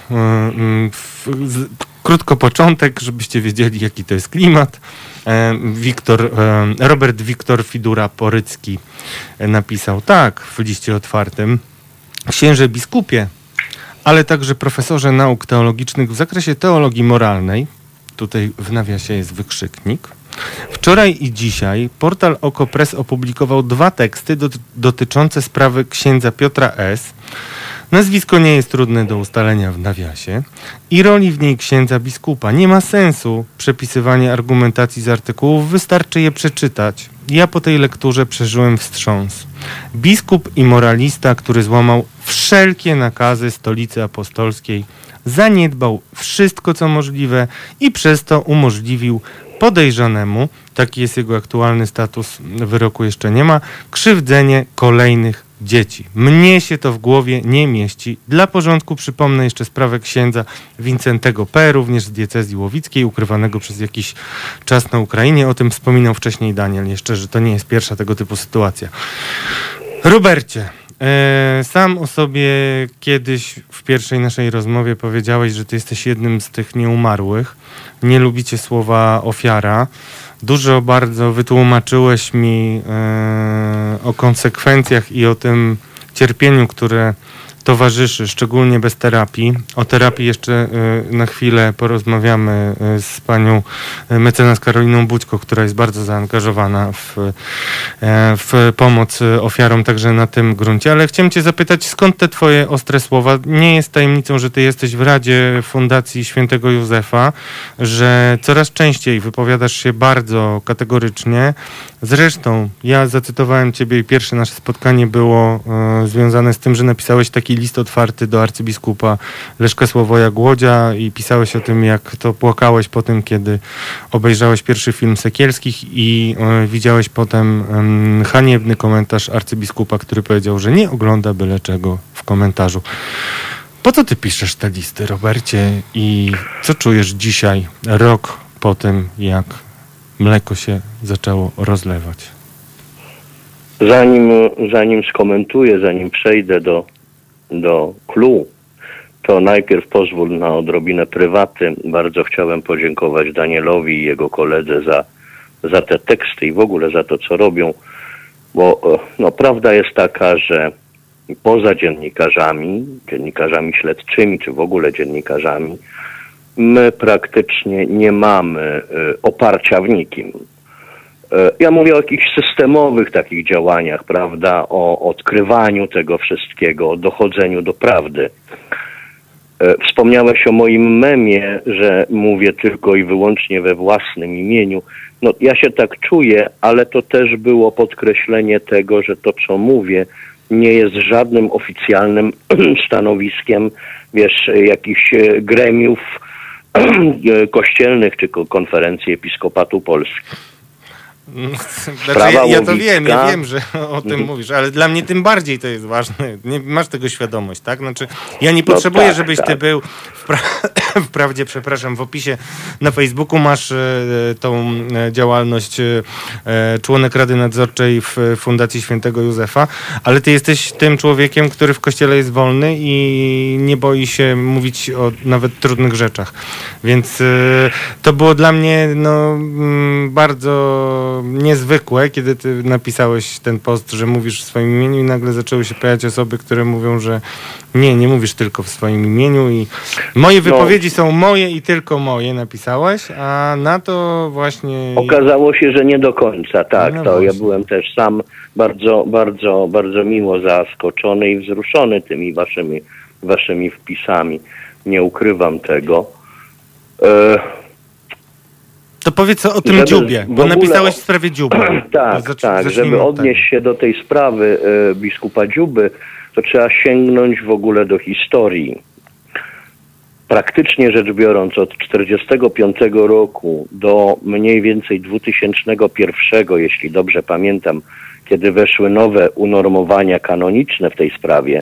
krótko początek, żebyście wiedzieli, jaki to jest klimat. Wiktor, Robert Wiktor Fidura Porycki napisał tak w liście otwartym: księże biskupie, ale także profesorze nauk teologicznych w zakresie teologii moralnej. Tutaj w nawiasie jest wykrzyknik. Wczoraj i dzisiaj portal Okopres opublikował dwa teksty do, dotyczące sprawy księdza Piotra S. Nazwisko nie jest trudne do ustalenia w nawiasie i roli w niej księdza biskupa. Nie ma sensu przepisywanie argumentacji z artykułów, wystarczy je przeczytać. Ja po tej lekturze przeżyłem wstrząs. Biskup i moralista, który złamał wszelkie nakazy Stolicy Apostolskiej, zaniedbał wszystko, co możliwe i przez to umożliwił podejrzanemu, taki jest jego aktualny status, wyroku jeszcze nie ma, krzywdzenie kolejnych dzieci. Mnie się to w głowie nie mieści. Dla porządku przypomnę jeszcze sprawę księdza Wincentego P., również z diecezji łowickiej, ukrywanego przez jakiś czas na Ukrainie. O tym wspominał wcześniej Daniel jeszcze, że to nie jest pierwsza tego typu sytuacja. Robercie, e, sam o sobie kiedyś w pierwszej naszej rozmowie powiedziałeś, że ty jesteś jednym z tych nieumarłych. Nie lubicie słowa ofiara. Dużo bardzo wytłumaczyłeś mi e, o konsekwencjach i o tym cierpieniu, które towarzyszy, szczególnie bez terapii. O terapii jeszcze y, na chwilę porozmawiamy y, z panią y, mecenas Karoliną Bućko, która jest bardzo zaangażowana w, y, w pomoc ofiarom także na tym gruncie. Ale chciałem cię zapytać, skąd te twoje ostre słowa? Nie jest tajemnicą, że ty jesteś w Radzie Fundacji Świętego Józefa, że coraz częściej wypowiadasz się bardzo kategorycznie. Zresztą ja zacytowałem ciebie i pierwsze nasze spotkanie było y, związane z tym, że napisałeś taki list otwarty do arcybiskupa Leszka Sławoja Głodzia i pisałeś o tym, jak to płakałeś po tym, kiedy obejrzałeś pierwszy film Sekielskich i y, widziałeś potem y, haniebny komentarz arcybiskupa, który powiedział, że nie ogląda byle czego w komentarzu. Po co ty piszesz te listy, Robercie? I co czujesz dzisiaj, rok po tym, jak mleko się zaczęło rozlewać? Zanim, zanim skomentuję, zanim przejdę do, do clou, to najpierw pozwól na odrobinę prywaty. Bardzo chciałem podziękować Danielowi i jego koledze za, za te teksty i w ogóle za to, co robią, bo no, prawda jest taka, że poza dziennikarzami, dziennikarzami śledczymi, czy w ogóle dziennikarzami, my praktycznie nie mamy y, oparcia w nikim. Y, ja mówię o jakichś systemowych takich działaniach, prawda, o odkrywaniu tego wszystkiego, o dochodzeniu do prawdy. Wspomniałeś o moim memie, że mówię tylko i wyłącznie we własnym imieniu. No, ja się tak czuję, ale to też było podkreślenie tego, że to, co mówię, nie jest żadnym oficjalnym stanowiskiem, wiesz, jakichś gremiów kościelnych czy konferencji Episkopatu Polski. Znaczy, ja, ja to wiem, ja wiem, że o tym mhm. mówisz, ale dla mnie tym bardziej to jest ważne. Nie, masz tego świadomość, tak? Znaczy, ja nie potrzebuję, no tak, żebyś tak. ty był wpra- wprawdzie, przepraszam, w opisie na Facebooku masz e, tą e, działalność e, członek Rady Nadzorczej w Fundacji Świętego Józefa, ale ty jesteś tym człowiekiem, który w Kościele jest wolny i nie boi się mówić o nawet trudnych rzeczach. Więc e, to było dla mnie no, m, bardzo niezwykłe, kiedy ty napisałeś ten post, że mówisz w swoim imieniu i nagle zaczęły się pojawiać osoby, które mówią, że nie, nie mówisz tylko w swoim imieniu i moje wypowiedzi no. są moje i tylko moje, napisałeś, a na to właśnie... Okazało się, że nie do końca, tak. No to właśnie. Ja byłem też sam bardzo, bardzo, bardzo miło zaskoczony i wzruszony tymi waszymi, waszymi wpisami. Nie ukrywam tego. E- To powiedz o tym żeby dziubie, bo ogóle... napisałeś w sprawie dziuby. tak, Zacz, tak, żeby odnieść się do tej sprawy y, biskupa Dziuby, to trzeba sięgnąć w ogóle do historii. Praktycznie rzecz biorąc, od czterdziestego piątego roku do mniej więcej dwutysięcznego pierwszego, jeśli dobrze pamiętam, kiedy weszły nowe unormowania kanoniczne w tej sprawie,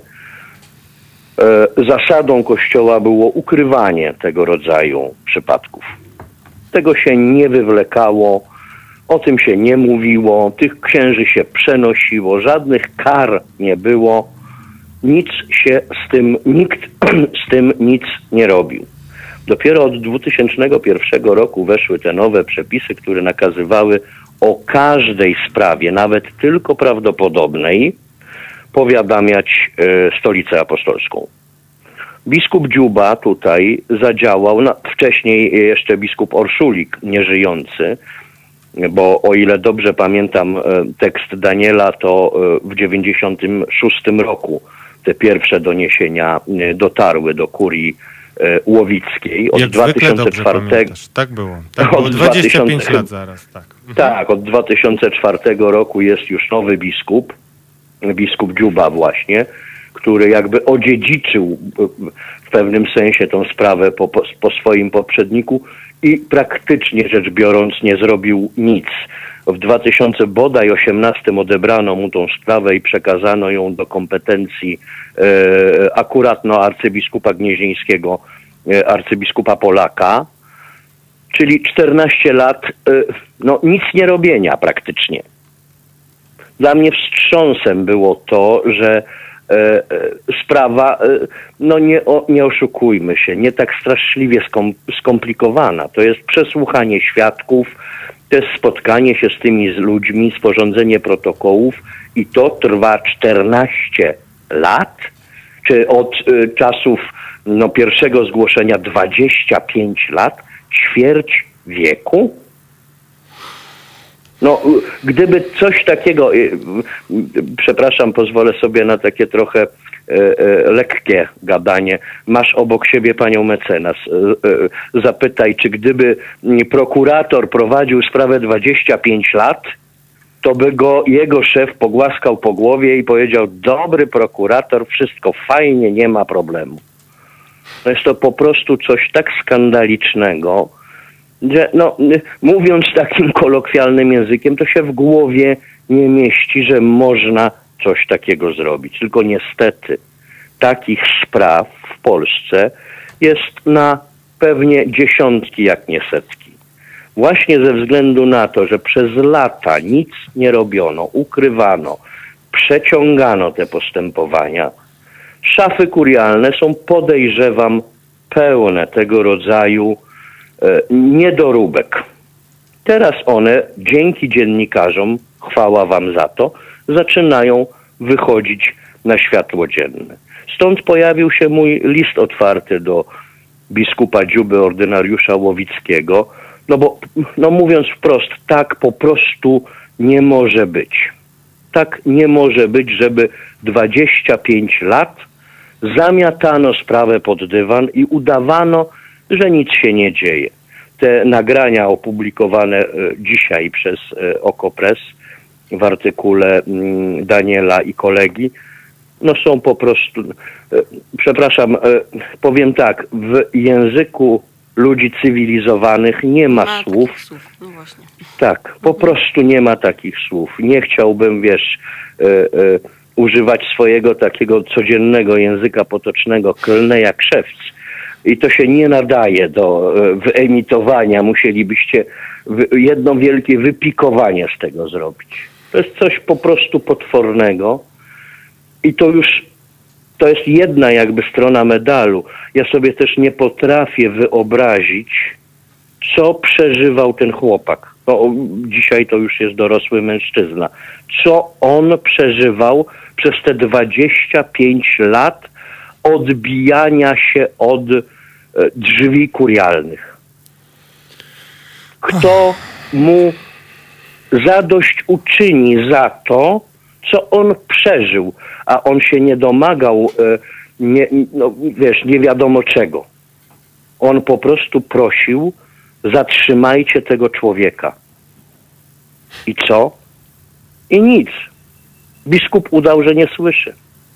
y, zasadą Kościoła było ukrywanie tego rodzaju przypadków. Tego się nie wywlekało, o tym się nie mówiło, tych księży się przenosiło, żadnych kar nie było, nic się z tym, nikt z tym nic nie robił. Dopiero od dwutysięcznego pierwszego roku weszły te nowe przepisy, które nakazywały o każdej sprawie, nawet tylko prawdopodobnej, powiadamiać e, Stolicę Apostolską. Biskup Dziuba tutaj zadziałał, no, wcześniej jeszcze biskup Orszulik, nieżyjący, bo o ile dobrze pamiętam tekst Daniela, to w dziewięćdziesiątym szóstym roku te pierwsze doniesienia dotarły do kurii łowickiej. Od Jak dwa tysiące czwartego Tak było. Tak było dwadzieścia pięć lat zaraz. Tak. tak, od dwa tysiące czwartego roku jest już nowy biskup, biskup Dziuba właśnie, który jakby odziedziczył w pewnym sensie tą sprawę po, po, po swoim poprzedniku i praktycznie rzecz biorąc nie zrobił nic. W dwa tysiące osiemnastym odebrano mu tą sprawę i przekazano ją do kompetencji e, akurat no, arcybiskupa gnieźnieńskiego, e, arcybiskupa Polaka, czyli czternaście lat e, no, nic nie robienia praktycznie. Dla mnie wstrząsem było to, że E, e, sprawa, e, no nie, o, nie oszukujmy się, nie tak straszliwie skom, skomplikowana. To jest przesłuchanie świadków, to jest spotkanie się z tymi z ludźmi, sporządzenie protokołów i to trwa czternaście lat, czy od e, czasów no, pierwszego zgłoszenia dwadzieścia pięć lat, ćwierć wieku. No, gdyby coś takiego, przepraszam, pozwolę sobie na takie trochę e, e, lekkie gadanie, masz obok siebie panią mecenas, e, e, zapytaj, czy gdyby prokurator prowadził sprawę dwadzieścia pięć lat, to by go jego szef pogłaskał po głowie i powiedział, dobry prokurator, wszystko fajnie, nie ma problemu. To jest to po prostu coś tak skandalicznego, że no, mówiąc takim kolokwialnym językiem, to się w głowie nie mieści, że można coś takiego zrobić. Tylko niestety takich spraw w Polsce jest na pewnie dziesiątki, jak nie setki. Właśnie ze względu na to, że przez lata nic nie robiono, ukrywano, przeciągano te postępowania, szafy kurialne są, podejrzewam, pełne tego rodzaju niedoróbek. Teraz one, dzięki dziennikarzom, chwała wam za to, zaczynają wychodzić na światło dzienne. Stąd pojawił się mój list otwarty do biskupa Dziuby, ordynariusza Łowickiego, no bo, no mówiąc wprost, tak po prostu nie może być. Tak nie może być, żeby dwadzieścia pięć lat zamiatano sprawę pod dywan i udawano, że nic się nie dzieje. Te nagrania opublikowane dzisiaj przez Okopres w artykule Daniela i kolegi, no są po prostu, przepraszam, powiem tak, w języku ludzi cywilizowanych nie ma, ma słów. słów. No właśnie. Tak, po mhm. prostu nie ma takich słów. Nie chciałbym, wiesz, y, y, używać swojego takiego codziennego języka potocznego, klnę jak szewc. I to się nie nadaje do y, wyemitowania. Musielibyście wy, jedno wielkie wypikowanie z tego zrobić. To jest coś po prostu potwornego. I to już, to jest jedna jakby strona medalu. Ja sobie też nie potrafię wyobrazić, co przeżywał ten chłopak. No, dzisiaj to już jest dorosły mężczyzna. Co on przeżywał przez te dwadzieścia pięć lat odbijania się od e, drzwi kurialnych. Kto mu zadośćuczyni za to, co on przeżył, a on się nie domagał, e, nie, no, wiesz, nie wiadomo czego. On po prostu prosił, zatrzymajcie tego człowieka. I co? I nic. Biskup udał, że nie słyszy.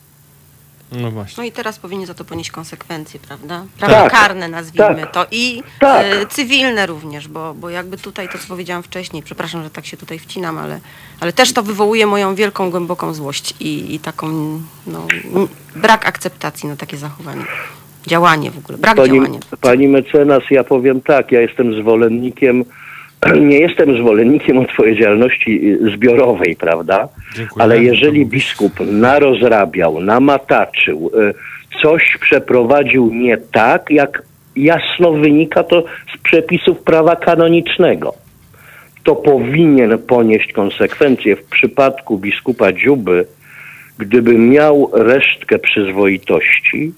No właśnie. No i teraz powinien za to ponieść konsekwencje, prawda? Prawo tak, karne nazwijmy tak, to i tak. y, cywilne również, bo, bo jakby tutaj to, co powiedziałam wcześniej, przepraszam, że tak się tutaj wcinam, ale, ale też to wywołuje moją wielką, głęboką złość i, i taką no, brak akceptacji na takie zachowanie. Działanie w ogóle, brak pani, działania. Pani mecenas, ja powiem tak, ja jestem zwolennikiem, nie jestem zwolennikiem odpowiedzialności zbiorowej, prawda? Dziękuję. Ale jeżeli biskup narozrabiał, namataczył, coś przeprowadził nie tak, jak jasno wynika to z przepisów prawa kanonicznego, to powinien ponieść konsekwencje. W przypadku biskupa Dziuby, gdyby miał resztkę przyzwoitości,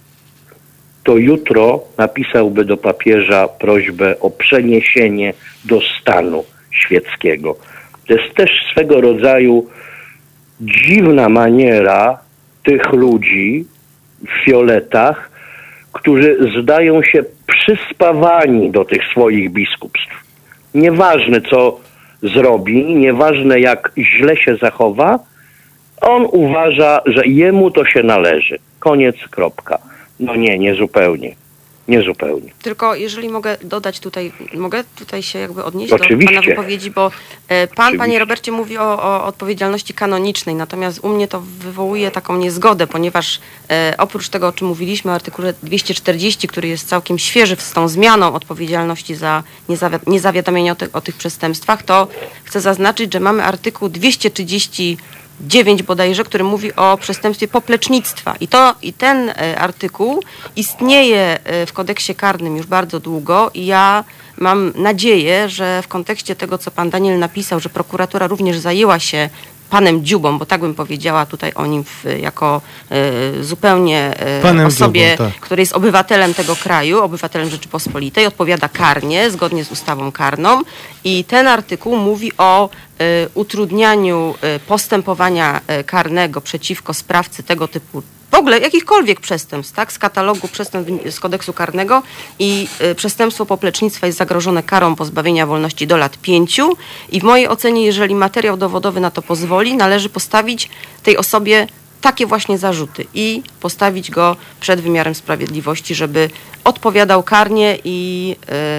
to jutro napisałby do papieża prośbę o przeniesienie do stanu świeckiego. To jest też swego rodzaju dziwna maniera tych ludzi w fioletach, którzy zdają się przyspawani do tych swoich biskupstw. Nieważne co zrobi, nieważne jak źle się zachowa, on uważa, że jemu to się należy. Koniec, kropka. No nie, nie zupełnie. Nie zupełnie. Tylko jeżeli mogę dodać tutaj, mogę tutaj się jakby odnieść Oczywiście. do pana wypowiedzi, bo e, pan, Oczywiście. panie Robercie, mówi o, o odpowiedzialności kanonicznej, natomiast u mnie to wywołuje taką niezgodę, ponieważ e, oprócz tego, o czym mówiliśmy, o artykule dwieście czterdzieści, który jest całkiem świeży z tą zmianą odpowiedzialności za niezawi- niezawiadamianie o, ty- o tych przestępstwach, to chcę zaznaczyć, że mamy artykuł dwieście trzydzieści dziewięć bodajże, który mówi o przestępstwie poplecznictwa. I, to, i ten e, artykuł istnieje e, w kodeksie karnym już bardzo długo i ja mam nadzieję, że w kontekście tego, co pan Daniel napisał, że prokuratura również zajęła się panem Dziubą, bo tak bym powiedziała tutaj o nim w, jako e, zupełnie e, Panem osobie, Dziubą, tak. który jest obywatelem tego kraju, obywatelem Rzeczypospolitej, odpowiada karnie, zgodnie z ustawą karną i ten artykuł mówi o e, utrudnianiu e, postępowania e, karnego przeciwko sprawcy tego typu w ogóle jakichkolwiek przestępstw, tak, z katalogu przestępstw z kodeksu karnego i y, przestępstwo poplecznictwa jest zagrożone karą pozbawienia wolności do lat pięciu i w mojej ocenie, jeżeli materiał dowodowy na to pozwoli, należy postawić tej osobie takie właśnie zarzuty i postawić go przed wymiarem sprawiedliwości, żeby odpowiadał karnie i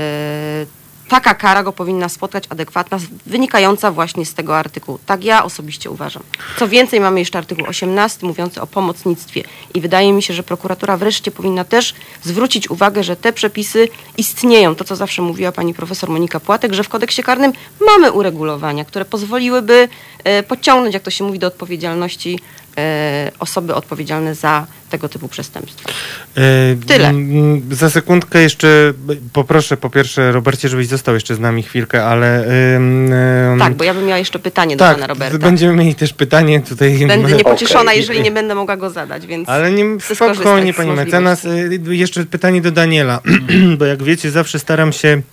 y, taka kara go powinna spotkać adekwatna, wynikająca właśnie z tego artykułu. Tak ja osobiście uważam. Co więcej, mamy jeszcze artykuł osiemnasty mówiący o pomocnictwie i wydaje mi się, że prokuratura wreszcie powinna też zwrócić uwagę, że te przepisy istnieją. To, co zawsze mówiła pani profesor Monika Płatek, że w kodeksie karnym mamy uregulowania, które pozwoliłyby e, podciągnąć, jak to się mówi, do odpowiedzialności e, osoby odpowiedzialne za tego typu przestępstwa. E, Tyle. m, Za sekundkę jeszcze poproszę po pierwsze, Robercie, żebyś został jeszcze z nami chwilkę, ale... ym, ym, Tak, bo ja bym miała jeszcze pytanie tak, do pana Roberta. będziemy mieli też pytanie tutaj. Będę niepocieszona, Okay. jeżeli nie będę mogła go zadać, więc Ale nie, chcę spokojnie, skorzystać z pani możliwości. mecenas. Y, Jeszcze pytanie do Daniela, bo jak wiecie, zawsze staram się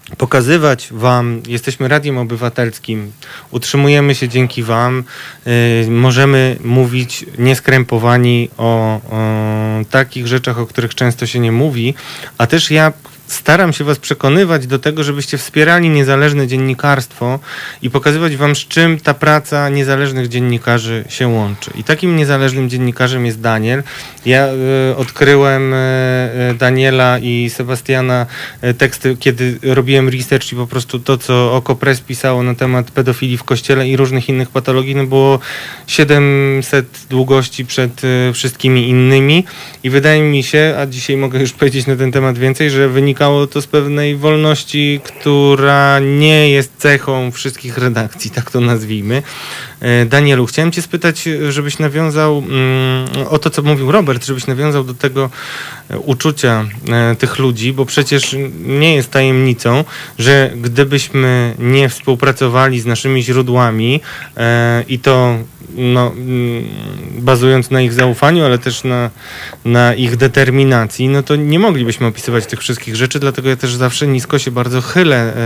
pokazywać wam, jesteśmy radiem obywatelskim, utrzymujemy się dzięki wam, yy, możemy mówić nieskrępowani o, o takich rzeczach, o których często się nie mówi, a też ja staram się was przekonywać do tego, żebyście wspierali niezależne dziennikarstwo i pokazywać wam, z czym ta praca niezależnych dziennikarzy się łączy. I takim niezależnym dziennikarzem jest Daniel. Ja y, odkryłem y, Daniela i Sebastiana y, teksty, kiedy robiłem research i po prostu to, co Okopres pisało na temat pedofilii w kościele i różnych innych patologii, no było siedemset długości przed y, wszystkimi innymi i wydaje mi się, a dzisiaj mogę już powiedzieć na ten temat więcej, że wynik Wynikało to z pewnej wolności, która nie jest cechą wszystkich redakcji, tak to nazwijmy. Danielu, chciałem cię spytać, żebyś nawiązał mm, o to, co mówił Robert, żebyś nawiązał do tego uczucia e, tych ludzi, bo przecież nie jest tajemnicą, że gdybyśmy nie współpracowali z naszymi źródłami e, i to no, mm, bazując na ich zaufaniu, ale też na, na ich determinacji, no to nie moglibyśmy opisywać tych wszystkich rzeczy, dlatego ja też zawsze nisko się bardzo chylę e,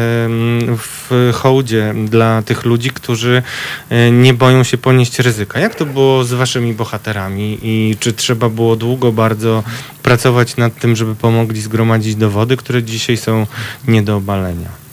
w hołdzie dla tych ludzi, którzy e, nie boją się ponieść ryzyka. Jak to było z waszymi bohaterami i czy trzeba było długo bardzo pracować nad tym, żeby pomogli zgromadzić dowody, które dzisiaj są nie do obalenia?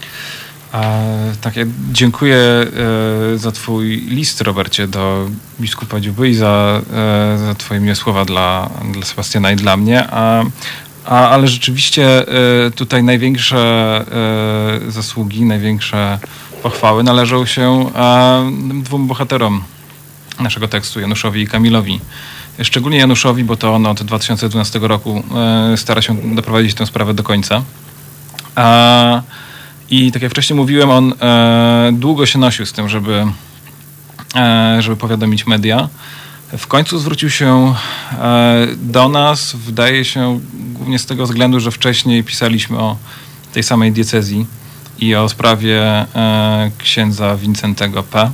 A, tak, ja dziękuję e, za twój list, Robercie, do biskupa Dziuby i za, e, za twoje miłe słowa dla, dla Sebastiana i dla mnie. A, a, ale rzeczywiście e, tutaj największe e, zasługi, największe pochwały należą się e, dwóm bohaterom naszego tekstu, Januszowi i Kamilowi. Szczególnie Januszowi, bo to on od dwa tysiące dwunastego roku e, stara się doprowadzić tę sprawę do końca. A, I tak jak wcześniej mówiłem, on e, długo się nosił z tym, żeby, e, żeby powiadomić media. W końcu zwrócił się e, do nas, wydaje się, głównie z tego względu, że wcześniej pisaliśmy o tej samej diecezji i o sprawie e, księdza Wincentego P.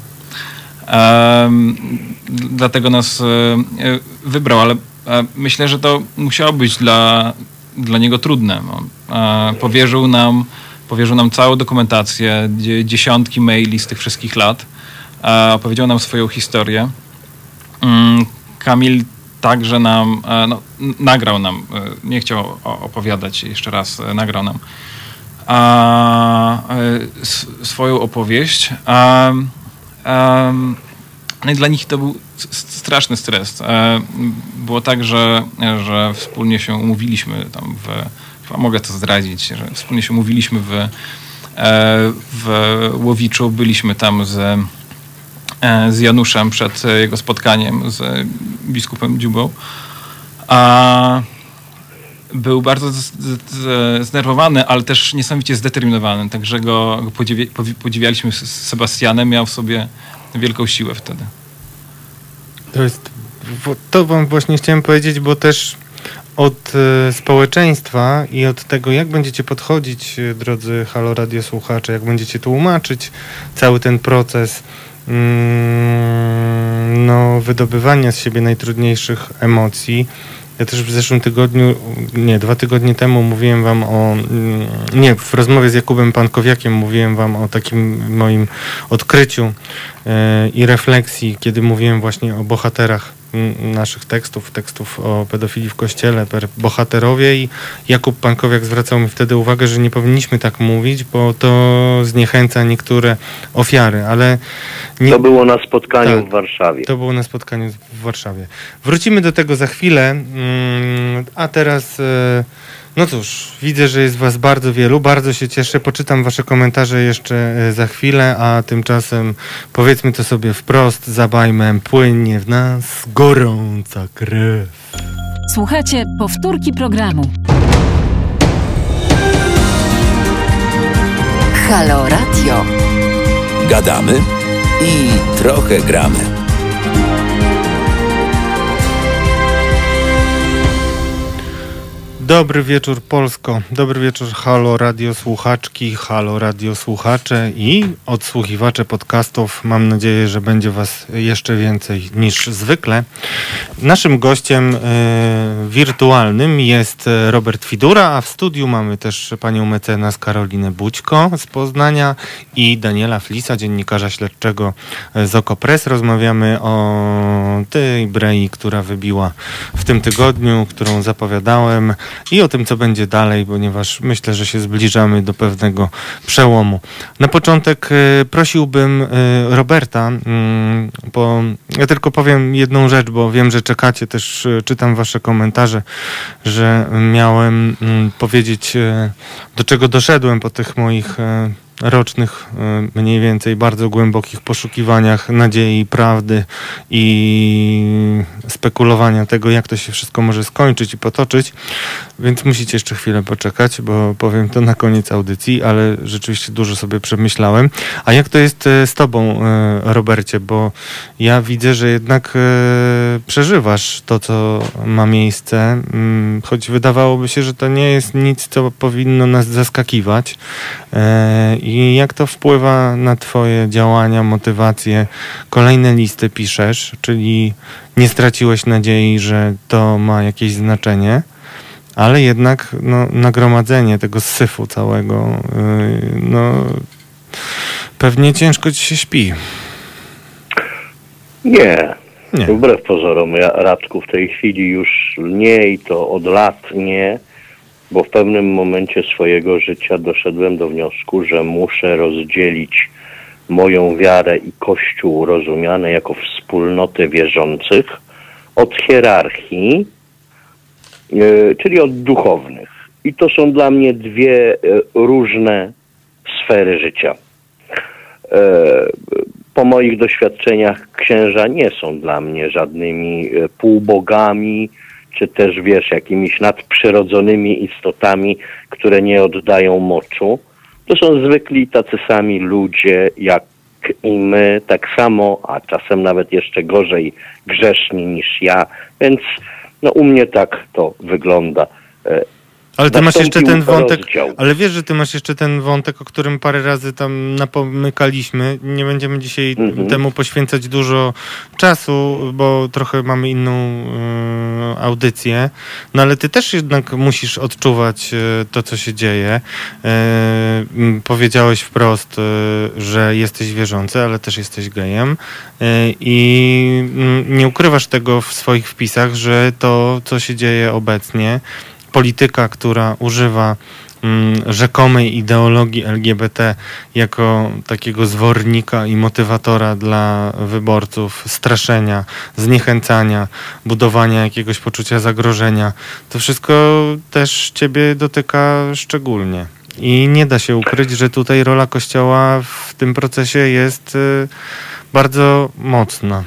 E, dlatego nas e, wybrał, ale e, myślę, że to musiało być dla, dla niego trudne. E, powierzył nam Powierzył nam całą dokumentację, dziesiątki maili z tych wszystkich lat. E, opowiedział nam swoją historię. Mm, Kamil także nam, e, no, nagrał nam, e, nie chciał opowiadać jeszcze raz, e, nagrał nam a, e, s, swoją opowieść. A, a, no i dla nich to był straszny stres. E, było tak, że, że wspólnie się umówiliśmy tam w mogę to zdradzić, że wspólnie się umówiliśmy w, w Łowiczu. Byliśmy tam z, z Januszem przed jego spotkaniem z biskupem Dziubą. A był bardzo z, z, zdenerwowany, ale też niesamowicie zdeterminowany. Także go, go podziwia, podziwialiśmy z Sebastianem. Miał w sobie wielką siłę wtedy. To jest... To wam właśnie chciałem powiedzieć, bo też od y, społeczeństwa i od tego, jak będziecie podchodzić, y, drodzy Halo Radio słuchacze, jak będziecie tłumaczyć cały ten proces mm, no, wydobywania z siebie najtrudniejszych emocji. Ja też w zeszłym tygodniu, nie, dwa tygodnie temu mówiłem wam o, nie, w rozmowie z Jakubem Pankowiakiem mówiłem wam o takim moim odkryciu y, i refleksji, kiedy mówiłem właśnie o bohaterach naszych tekstów, tekstów o pedofilii w kościele, bohaterowie, i Jakub Pankowiak zwracał mi wtedy uwagę, że nie powinniśmy tak mówić, bo to zniechęca niektóre ofiary, ale... Nie... To było na spotkaniu tak, w Warszawie. To było na spotkaniu w Warszawie. Wrócimy do tego za chwilę, a teraz... No cóż, widzę, że jest was bardzo wielu, bardzo się cieszę, poczytam wasze komentarze jeszcze za chwilę, a tymczasem powiedzmy to sobie wprost, za bajmem płynie w nas gorąca krew. Słuchajcie powtórki programu. Halo Radio. Gadamy i trochę gramy. Dobry wieczór Polsko, dobry wieczór Halo Radio Słuchaczki, Halo Radio Słuchacze i odsłuchiwacze podcastów. Mam nadzieję, że będzie was jeszcze więcej niż zwykle. Naszym gościem y, wirtualnym jest Robert Fidura, a w studiu mamy też panią mecenas Karolinę Bućko z Poznania i Daniela Flisa, dziennikarza śledczego z Okopres. Rozmawiamy o tej brei, która wybiła w tym tygodniu, którą zapowiadałem, i o tym, co będzie dalej, ponieważ myślę, że się zbliżamy do pewnego przełomu. Na początek y, prosiłbym y, Roberta, y, bo ja tylko powiem jedną rzecz, bo wiem, że czekacie, też y, czytam wasze komentarze, że miałem y, powiedzieć, y, do czego doszedłem po tych moich y, rocznych, mniej więcej bardzo głębokich poszukiwaniach nadziei, prawdy i spekulowania tego, jak to się wszystko może skończyć i potoczyć. Więc musicie jeszcze chwilę poczekać, bo powiem to na koniec audycji, ale rzeczywiście dużo sobie przemyślałem. A jak to jest z tobą, Robercie? Bo ja widzę, że jednak przeżywasz to, co ma miejsce, choć wydawałoby się, że to nie jest nic, co powinno nas zaskakiwać. I jak to wpływa na twoje działania, motywacje? Kolejne listy piszesz, czyli nie straciłeś nadziei, że to ma jakieś znaczenie, ale jednak no, nagromadzenie tego syfu całego, yy, no pewnie ciężko ci się śpi. Nie. Nie. Wbrew pozorom, ja, Radku, w tej chwili już nie i to od lat nie, bo w pewnym momencie swojego życia doszedłem do wniosku, że muszę rozdzielić moją wiarę i Kościół rozumiany jako wspólnotę wierzących od hierarchii, yy, czyli od duchownych. I to są dla mnie dwie yy, różne sfery życia. Yy, po moich doświadczeniach księża nie są dla mnie żadnymi yy, półbogami, czy też, wiesz, jakimiś nadprzyrodzonymi istotami, które nie oddają moczu. To są zwykli tacy sami ludzie, jak i my, tak samo, a czasem nawet jeszcze gorzej grzeszni niż ja, więc no u mnie tak to wygląda. Ale ty masz jeszcze ten wątek, rozdział. ale wiesz, że ty masz jeszcze ten wątek, o którym parę razy tam napomykaliśmy. Nie będziemy dzisiaj mm-hmm. temu poświęcać dużo czasu, bo trochę mamy inną y, audycję. No ale ty też jednak musisz odczuwać y, to, co się dzieje. Y, y, powiedziałeś wprost, y, że jesteś wierzący, ale też jesteś gejem. Y, I y, nie ukrywasz tego w swoich wpisach, że to, co się dzieje obecnie, polityka, która używa mm, rzekomej ideologii L G B T jako takiego zwornika i motywatora dla wyborców, straszenia, zniechęcania, budowania jakiegoś poczucia zagrożenia, to wszystko też ciebie dotyka szczególnie. I nie da się ukryć, że tutaj rola Kościoła w tym procesie jest y, bardzo mocna.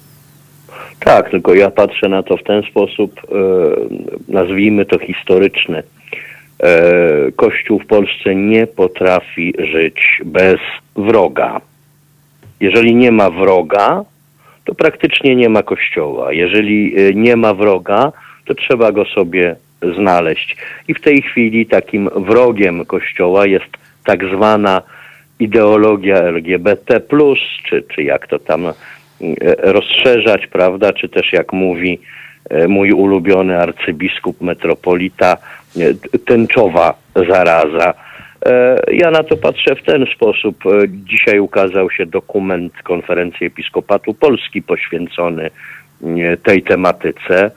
Tak, tylko ja patrzę na to w ten sposób, e, nazwijmy to historyczny. E, Kościół w Polsce nie potrafi żyć bez wroga. Jeżeli nie ma wroga, to praktycznie nie ma Kościoła. Jeżeli nie ma wroga, to trzeba go sobie znaleźć. I w tej chwili takim wrogiem Kościoła jest tak zwana ideologia L G B T plus, czy, czy jak to tam rozszerzać, prawda, czy też jak mówi mój ulubiony arcybiskup metropolita, tęczowa zaraza. Ja na to patrzę w ten sposób. Dzisiaj ukazał się dokument Konferencji Episkopatu Polski poświęcony tej tematyce.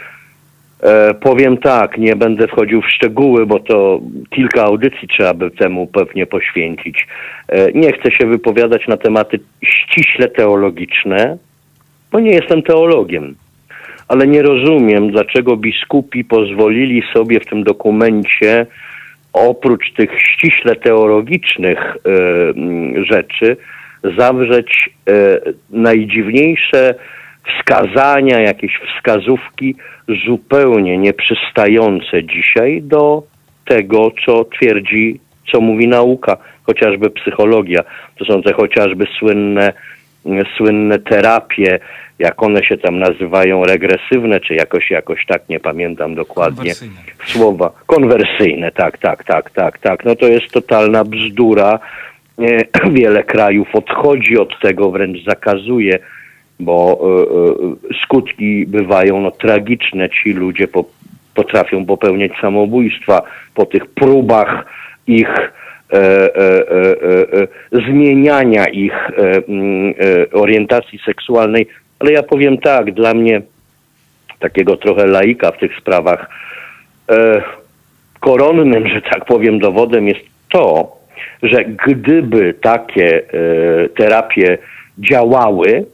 Powiem tak, nie będę wchodził w szczegóły, bo to kilka audycji trzeba by temu pewnie poświęcić. Nie chcę się wypowiadać na tematy ściśle teologiczne, bo nie jestem teologiem. Ale nie rozumiem, dlaczego biskupi pozwolili sobie w tym dokumencie oprócz tych ściśle teologicznych y, rzeczy zawrzeć y, najdziwniejsze wskazania, jakieś wskazówki zupełnie nieprzystające dzisiaj do tego, co twierdzi, co mówi nauka, chociażby psychologia. To są te chociażby słynne słynne terapie, jak one się tam nazywają, regresywne, czy jakoś, jakoś tak, nie pamiętam dokładnie Konwersyjne. słowa. Konwersyjne, tak, tak, tak, tak, tak. No to jest totalna bzdura. E, wiele krajów odchodzi od tego, wręcz zakazuje, bo e, e, skutki bywają no, tragiczne. Ci ludzie po, potrafią popełniać samobójstwa po tych próbach ich E, e, e, e, zmieniania ich e, e, orientacji seksualnej, ale ja powiem tak, dla mnie takiego trochę laika w tych sprawach e, koronnym, że tak powiem, dowodem jest to, że gdyby takie e, terapie działały,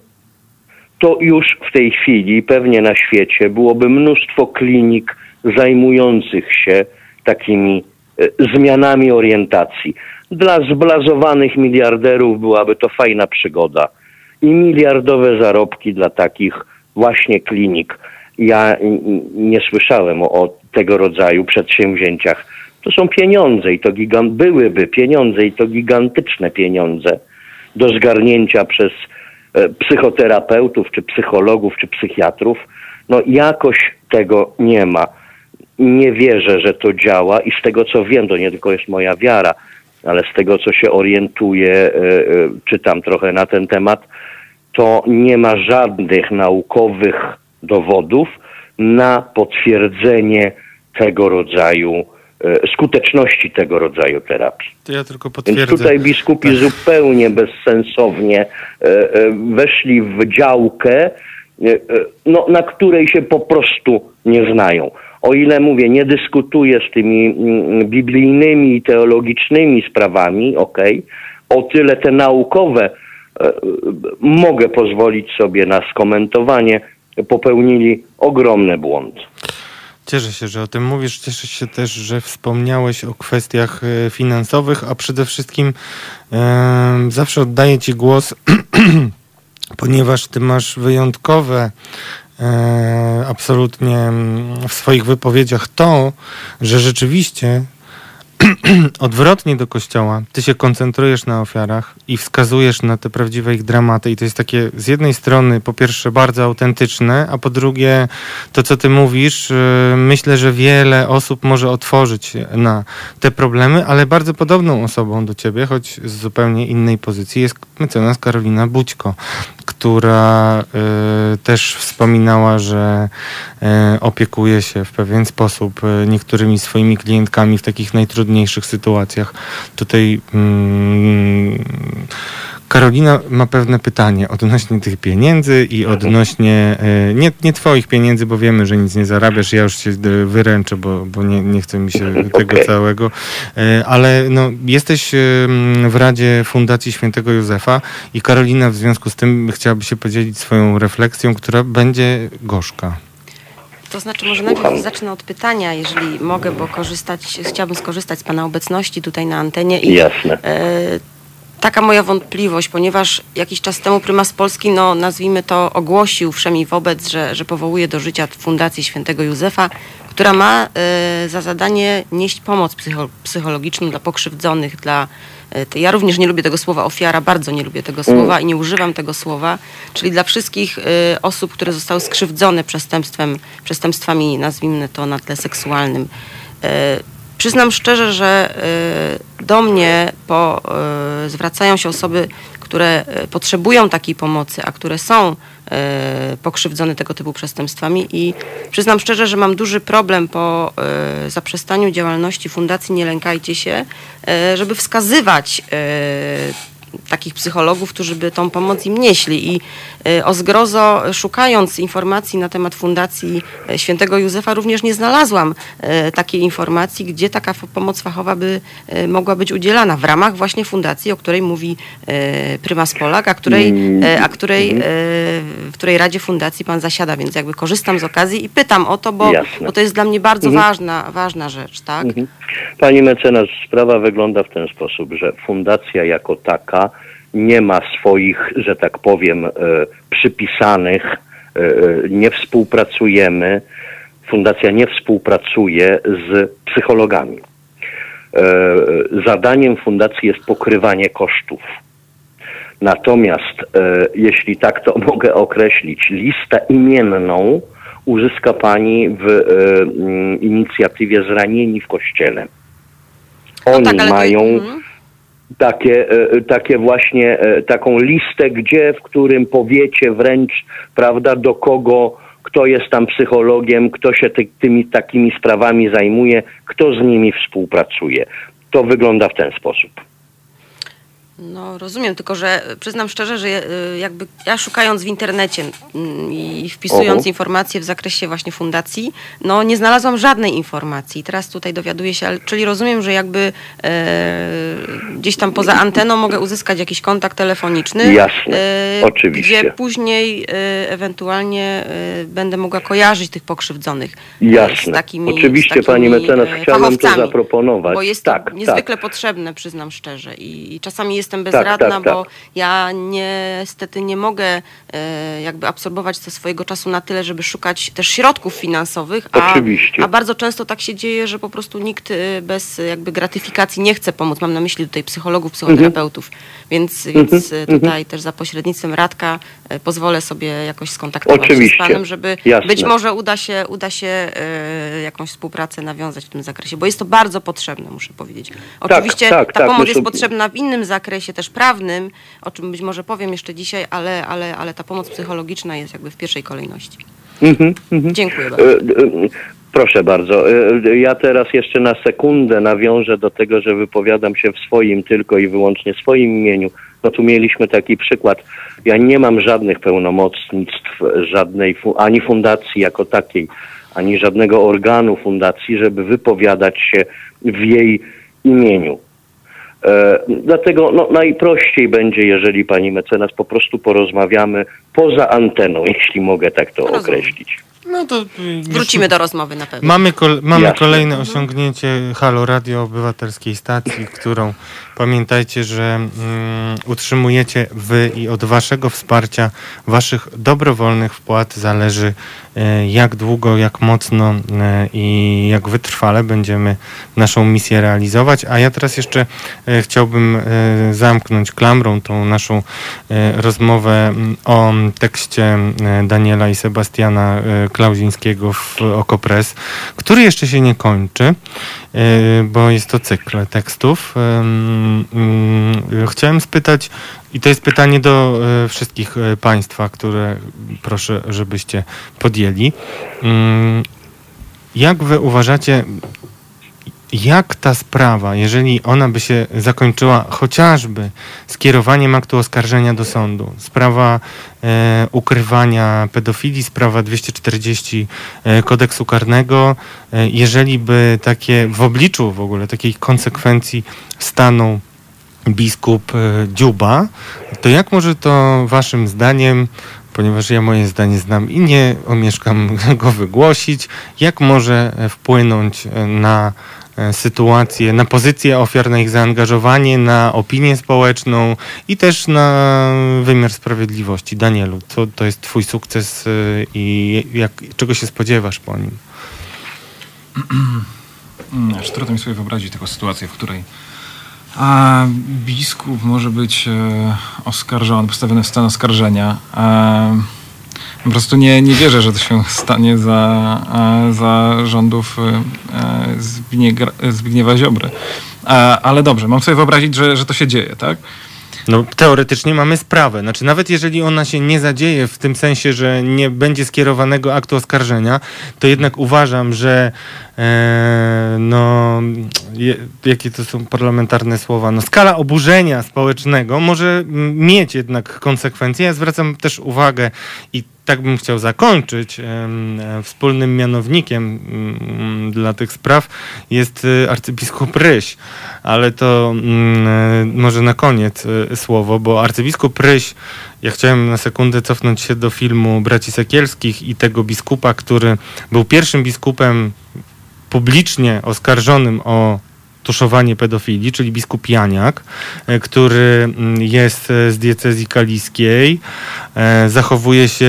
to już w tej chwili pewnie na świecie byłoby mnóstwo klinik zajmujących się takimi zmianami orientacji. Dla zblazowanych miliarderów byłaby to fajna przygoda i miliardowe zarobki dla takich właśnie klinik. Ja nie słyszałem o, o tego rodzaju przedsięwzięciach. To są pieniądze i to gigant, byłyby pieniądze i to gigantyczne pieniądze do zgarnięcia przez e, psychoterapeutów, czy psychologów, czy psychiatrów. No jakoś tego nie ma. Nie wierzę, że to działa i z tego, co wiem, to nie tylko jest moja wiara, ale z tego, co się orientuję, e, e, czytam trochę na ten temat, to nie ma żadnych naukowych dowodów na potwierdzenie tego rodzaju, e, skuteczności tego rodzaju terapii. To ja tylko potwierdzę. Więc tutaj biskupi tak. zupełnie bezsensownie e, e, weszli w działkę, e, e, no, na której się po prostu nie znają. O ile, mówię, nie dyskutuję z tymi mm, biblijnymi i teologicznymi sprawami, okej, o tyle te naukowe e, mogę pozwolić sobie na skomentowanie, popełnili ogromny błąd. Cieszę się, że o tym mówisz. Cieszę się też, że wspomniałeś o kwestiach e, finansowych, a przede wszystkim e, zawsze oddaję Ci głos, ponieważ Ty masz wyjątkowe E, absolutnie w swoich wypowiedziach to, że rzeczywiście odwrotnie do Kościoła, ty się koncentrujesz na ofiarach i wskazujesz na te prawdziwe ich dramaty i to jest takie z jednej strony po pierwsze bardzo autentyczne, a po drugie to, co ty mówisz, myślę, że wiele osób może otworzyć się na te problemy, ale bardzo podobną osobą do ciebie, choć z zupełnie innej pozycji, jest mecenas Karolina Bućko, która y, też wspominała, że y, opiekuje się w pewien sposób y, niektórymi swoimi klientkami w takich najtrudniejszych sytuacjach. Tutaj mm, Karolina ma pewne pytanie odnośnie tych pieniędzy i odnośnie y, nie, nie twoich pieniędzy, bo wiemy, że nic nie zarabiasz. Ja już się y, wyręczę, bo, bo nie, nie chce mi się tego okay. całego. Y, ale no, jesteś y, w Radzie Fundacji Świętego Józefa i Karolina w związku z tym chciałaby się podzielić swoją refleksją, która będzie gorzka. To znaczy, może najpierw zacznę od pytania, jeżeli mogę, bo korzystać, chciałabym skorzystać z pana obecności tutaj na antenie. I, Jasne. E, taka moja wątpliwość, ponieważ jakiś czas temu prymas Polski, no nazwijmy to, ogłosił wszemi wobec, że, że powołuje do życia Fundację Świętego Józefa, która ma e, za zadanie nieść pomoc psycho, psychologiczną dla pokrzywdzonych, dla e, ja również nie lubię tego słowa ofiara, bardzo nie lubię tego słowa i nie używam tego słowa, czyli dla wszystkich e, osób, które zostały skrzywdzone przestępstwem, przestępstwami, nazwijmy to, na tle seksualnym. E, przyznam szczerze, że e, do mnie po, e, zwracają się osoby, które potrzebują takiej pomocy, a które są e, pokrzywdzone tego typu przestępstwami i przyznam szczerze, że mam duży problem po e, zaprzestaniu działalności Fundacji Nie Lękajcie się, e, żeby wskazywać e, takich psychologów, którzy by tą pomoc im nieśli i y, o zgrozo szukając informacji na temat Fundacji Świętego Józefa również nie znalazłam y, takiej informacji, gdzie taka f- pomoc fachowa by y, mogła być udzielana w ramach właśnie fundacji, o której mówi y, prymas Polak, a której, y, a której, y, w której Radzie Fundacji pan zasiada, więc jakby korzystam z okazji i pytam o to, bo, bo to jest dla mnie bardzo mhm. ważna, ważna rzecz, tak? Mhm. Pani mecenas, sprawa wygląda w ten sposób, że fundacja jako taka nie ma swoich, że tak powiem, przypisanych, nie współpracujemy, fundacja nie współpracuje z psychologami. Zadaniem fundacji jest pokrywanie kosztów. Natomiast e, jeśli tak to mogę określić, listę imienną uzyska pani w e, m, inicjatywie Zranieni w Kościele. Oni tak, ale to- mają mhm. takie, e, takie właśnie e, taką listę, gdzie, w którym powiecie wręcz, prawda, do kogo, kto jest tam psychologiem, kto się ty, tymi takimi sprawami zajmuje, kto z nimi współpracuje. To wygląda w ten sposób. No rozumiem, tylko że przyznam szczerze, że y, jakby ja szukając w internecie mm, i wpisując Oho. informacje w zakresie właśnie fundacji, no nie znalazłam żadnej informacji. Teraz tutaj dowiaduję się, ale, czyli rozumiem, że jakby e, gdzieś tam poza anteną mogę uzyskać jakiś kontakt telefoniczny. Jasne, e, oczywiście. Gdzie później e, ewentualnie e, będę mogła kojarzyć tych pokrzywdzonych e, Jasne. z takimi Oczywiście, z takimi, pani mecenas, e, chciałem to fachowcami, zaproponować. Bo jest Tak, to niezwykle tak. potrzebne, przyznam szczerze. I, i czasami jestem bezradna, tak, tak. bo ja niestety nie mogę e, jakby absorbować ze swojego czasu na tyle, żeby szukać też środków finansowych, a, Oczywiście. a bardzo często tak się dzieje, że po prostu nikt e, bez e, jakby gratyfikacji nie chce pomóc. Mam na myśli tutaj psychologów, psychoterapeutów, Mhm. więc, więc e, tutaj też za pośrednictwem Radka e, pozwolę sobie jakoś skontaktować Oczywiście. się z panem, żeby Jasne. być może uda się, uda się e, jakąś współpracę nawiązać w tym zakresie, bo jest to bardzo potrzebne, muszę powiedzieć. Oczywiście tak, ta tak, pomoc my jest są- potrzebna w innym zakresie też prawnym, o czym być może powiem jeszcze dzisiaj, ale, ale, ale ta pomoc psychologiczna jest jakby w pierwszej kolejności. Mhm, mhm. Dziękuję bardzo. E, e, Proszę bardzo. E, Ja teraz jeszcze na sekundę nawiążę do tego, że wypowiadam się w swoim tylko i wyłącznie swoim imieniu. No tu mieliśmy taki przykład. Ja nie mam żadnych pełnomocnictw, żadnej fu- ani fundacji jako takiej, ani żadnego organu fundacji, żeby wypowiadać się w jej imieniu. E, dlatego no, najprościej będzie, jeżeli pani mecenas, po prostu porozmawiamy poza anteną, jeśli mogę tak to Rozumiem. określić. No to y, Wrócimy do rozmowy na pewno. Mamy, kol- mamy Jasne. kolejne osiągnięcie Halo Radio Obywatelskiej Stacji, którą pamiętajcie, że mm, utrzymujecie wy i od waszego wsparcia, waszych dobrowolnych wpłat zależy e, jak długo, jak mocno e, i jak wytrwale będziemy naszą misję realizować. A ja teraz jeszcze e, chciałbym e, zamknąć klamrą tą naszą e, rozmowę m, o tekście e, Daniela i Sebastiana e, Klauzińskiego w Okopres, który jeszcze się nie kończy, e, bo jest to cykl tekstów. Ym, ym, Chciałem spytać, i to jest pytanie do e, wszystkich e, państwa, które proszę, żebyście podjęli. Ym, Jak wy uważacie, jak ta sprawa, jeżeli ona by się zakończyła chociażby skierowaniem aktu oskarżenia do sądu, sprawa e, ukrywania pedofilii, sprawa dwieście czterdzieści e, kodeksu karnego, e, jeżeli by takie w obliczu w ogóle takiej konsekwencji stanął biskup e, Dziuba, to jak może to waszym zdaniem, ponieważ ja moje zdanie znam i nie omieszkam go wygłosić, jak może e, wpłynąć e, na e, sytuację, na pozycję ofiar, na ich zaangażowanie, na opinię społeczną i też na wymiar sprawiedliwości. Danielu, co to jest twój sukces e, i jak, czego się spodziewasz po nim? Aż trudno mi sobie wyobrazić taką sytuację, w której a, biskup może być e, oskarżony, postawiony w stan oskarżenia. E, po prostu nie, nie wierzę, że to się stanie za, e, za rządów e, Zbigniewa, Zbigniewa Ziobry. E, ale dobrze, mam sobie wyobrazić, że, że to się dzieje, tak? No teoretycznie mamy sprawę. Znaczy nawet jeżeli ona się nie zadzieje w tym sensie, że nie będzie skierowanego aktu oskarżenia, to jednak uważam, że e, no je, jakie to są parlamentarne słowa, no skala oburzenia społecznego może mieć jednak konsekwencje. Ja zwracam też uwagę i tak bym chciał zakończyć. E, wspólnym mianownikiem m, dla tych spraw jest e, arcybiskup Ryś, ale to m, może na koniec e, słowo, bo arcybiskup Ryś, ja chciałem na sekundę cofnąć się do filmu Braci Sekielskich i tego biskupa, który był pierwszym biskupem publicznie oskarżonym o tuszowanie pedofilii, czyli biskup Janiak, który jest z diecezji kaliskiej e, zachowuje się,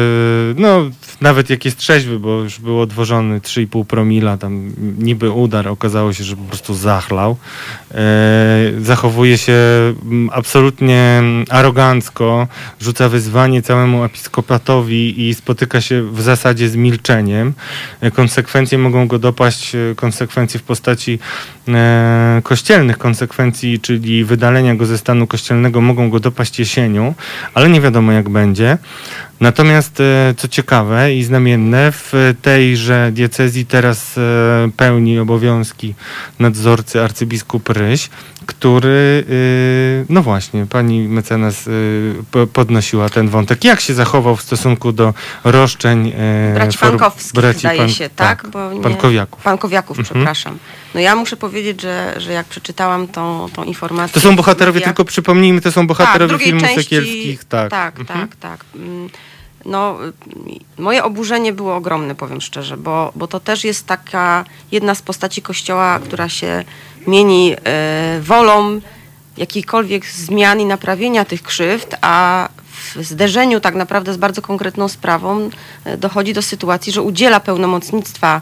no nawet jak jest trzeźwy, bo już był odwożony trzy i pół promila, tam niby udar, okazało się, że po prostu zachlał. E, zachowuje się absolutnie arogancko, rzuca wyzwanie całemu episkopatowi i spotyka się w zasadzie z milczeniem. E, konsekwencje mogą go dopaść, konsekwencje w postaci e, kościelnych konsekwencji, czyli wydalenia go ze stanu kościelnego mogą go dopaść jesienią, ale nie wiadomo jak będzie. Natomiast, co ciekawe i znamienne, w tejże diecezji teraz pełni obowiązki nadzorcy arcybiskup Ryś, który, no właśnie, pani mecenas podnosiła ten wątek. Jak się zachował w stosunku do roszczeń braci for, Pankowskich, braci zdaje pan, się, tak? tak Bo nie, Pankowiaków. Pankowiaków, Mhm. przepraszam. No ja muszę powiedzieć, że, że jak przeczytałam tą, tą informację... To są bohaterowie, ja... tylko przypomnijmy, to są bohaterowie tak, filmów części, sekielskich. Tak, tak, mhm. tak, tak. No, moje oburzenie było ogromne, powiem szczerze, bo, bo to też jest taka jedna z postaci Kościoła, która się mieni e, wolą jakiejkolwiek zmian i naprawienia tych krzywd, a w zderzeniu tak naprawdę z bardzo konkretną sprawą e, dochodzi do sytuacji, że udziela pełnomocnictwa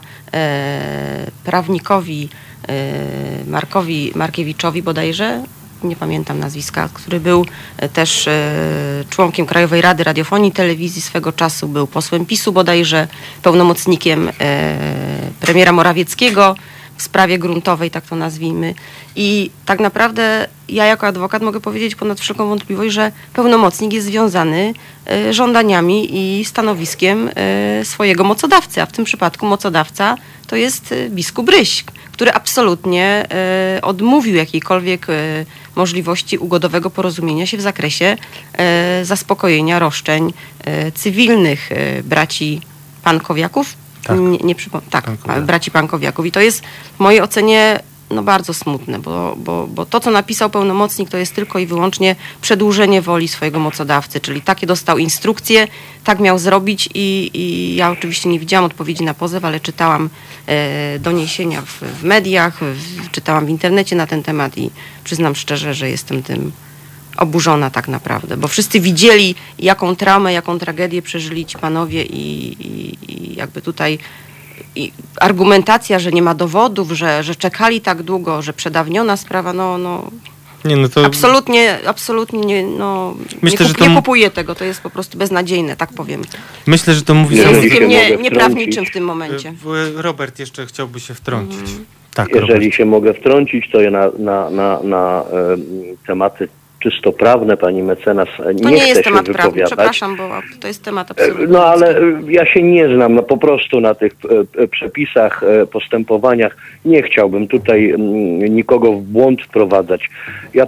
e, prawnikowi e, Markowi Markiewiczowi bodajże, nie pamiętam nazwiska, który był też e, członkiem Krajowej Rady Radiofonii i Telewizji swego czasu, był posłem PiSu bodajże, pełnomocnikiem e, premiera Morawieckiego w sprawie gruntowej, tak to nazwijmy. I tak naprawdę ja jako adwokat mogę powiedzieć ponad wszelką wątpliwość, że pełnomocnik jest związany e, żądaniami i stanowiskiem e, swojego mocodawcy, a w tym przypadku mocodawca to jest e, biskup Ryś, który absolutnie e, odmówił jakiejkolwiek e, możliwości ugodowego porozumienia się w zakresie e, zaspokojenia roszczeń e, cywilnych e, braci Pankowiaków. Tak. Nie, nie przypom- tak, Pankowiaków. braci Pankowiaków. I to jest w mojej ocenie no, bardzo smutne, bo, bo, bo to, co napisał pełnomocnik, to jest tylko i wyłącznie przedłużenie woli swojego mocodawcy, czyli takie dostał instrukcje, tak miał zrobić i, i ja oczywiście nie widziałam odpowiedzi na pozew, ale czytałam e, doniesienia w, w mediach, w, czytałam w internecie na ten temat i przyznam szczerze, że jestem tym oburzona tak naprawdę, bo wszyscy widzieli, jaką traumę, jaką tragedię przeżyli ci panowie i, i, i jakby tutaj i argumentacja, że nie ma dowodów, że, że czekali tak długo, że przedawniona sprawa, no, no Nie, no to... absolutnie, absolutnie nie, no, Myślę, nie, że kup, to nie mu- kupuję tego, to jest po prostu beznadziejne, tak powiem. Myślę, że to mówi Jeżeli samo... Językiem się nie, mogę nieprawniczym wtrącić. w tym momencie. W- Robert jeszcze chciałby się wtrącić. Mhm. Tak, Jeżeli Robert. się mogę wtrącić, to ja na, na, na, na em, tematy czysto prawne pani mecenas e, nie To nie chcę jest się temat prawny, wypowiadać. przepraszam, bo to jest temat E, absolutnie. No ale e, ja się nie znam no, po prostu na tych e, e, przepisach, e, postępowaniach. Nie chciałbym tutaj mm, nikogo w błąd wprowadzać. Ja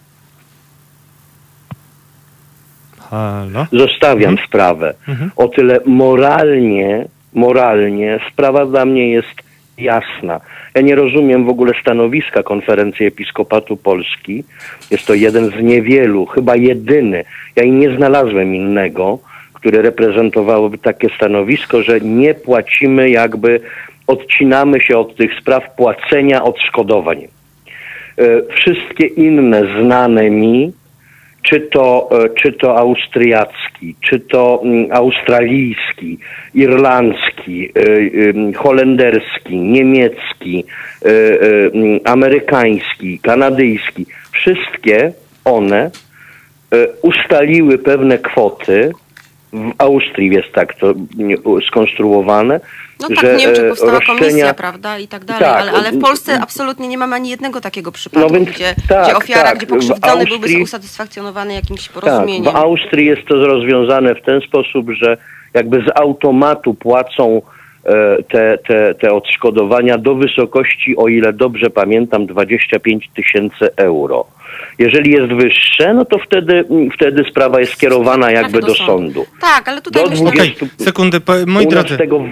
Halo? zostawiam Mhm. sprawę. Mhm. O tyle moralnie, moralnie sprawa dla mnie jest jasna. Ja nie rozumiem w ogóle stanowiska Konferencji Episkopatu Polski. Jest to jeden z niewielu, chyba jedyny. Ja i nie znalazłem innego, który reprezentowałoby takie stanowisko, że nie płacimy jakby, odcinamy się od tych spraw płacenia odszkodowań. E, Wszystkie inne znane mi, czy to, e, czy to austriacki, czy to mm, australijski, irlandzki, e, e, holenderski, niemiecki, e, e, mm, amerykański, kanadyjski, wszystkie one e, ustaliły pewne kwoty. W Austrii jest tak to mm, skonstruowane, No tak, że w Niemczech e, powstała roszczenia- komisja, prawda, i tak dalej, Tak. ale, ale w Polsce absolutnie nie mamy ani jednego takiego przypadku, No więc gdzie, tak, gdzie ofiara, tak. gdzie W pokrzywdzony byłby Austrii- usatysfakcjonowany jakimś Tak, porozumieniem. w Austrii jest to rozwiązane w ten sposób, że jakby z automatu płacą e, te, te, te odszkodowania do wysokości, o ile dobrze pamiętam, dwadzieścia pięć tysięcy euro. Jeżeli jest wyższe, no to wtedy, wtedy sprawa jest skierowana jakby Trafia do sądu. Tak, ale tutaj Do myślę, Okej, dwudziestu- sekundę, po- moi U nas drodzy. tego w,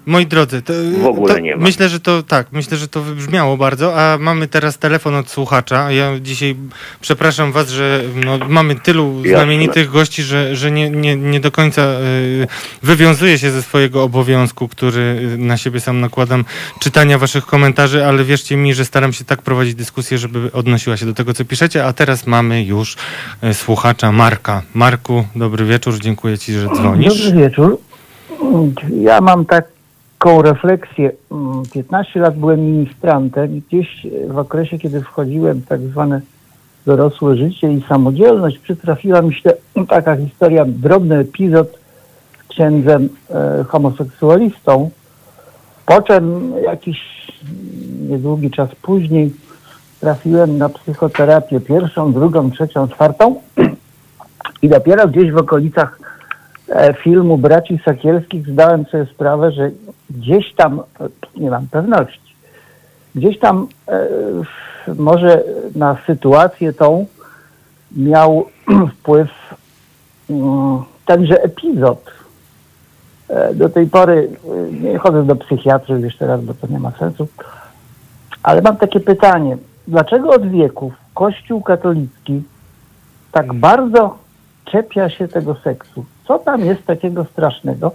Moi drodzy, to, W ogóle to nie ma. myślę, że to tak, myślę, że to wybrzmiało bardzo, a mamy teraz telefon od słuchacza. Ja dzisiaj przepraszam was, że no, mamy tylu Jasne. znamienitych gości, że, że nie, nie, nie do końca y, wywiązuję się ze swojego obowiązku, który na siebie sam nakładam, czytania waszych komentarzy, ale wierzcie mi, że staram się tak prowadzić dyskusję, żeby odnosiła się do tego, co piszecie, a teraz mamy już y, słuchacza Marka. Marku, dobry wieczór, dziękuję ci, że dzwonisz. Dobry wieczór. Ja mam taką refleksję. piętnaście lat byłem ministrantem i gdzieś w okresie, kiedy wchodziłem w tak zwane dorosłe życie i samodzielność, przytrafiła mi się taka historia, drobny epizod z księdzem e, homoseksualistą. Po czym jakiś niedługi czas później trafiłem na psychoterapię pierwszą, drugą, trzecią, czwartą i dopiero gdzieś w okolicach filmu Braci Sakielskich zdałem sobie sprawę, że gdzieś tam, nie mam pewności, gdzieś tam e, może na sytuację tą miał wpływ mm, tenże epizod. E, do tej pory e, nie chodzę do psychiatry już teraz, bo to nie ma sensu, ale mam takie pytanie. Dlaczego od wieków Kościół katolicki tak bardzo czepia się tego seksu? Co tam jest takiego strasznego?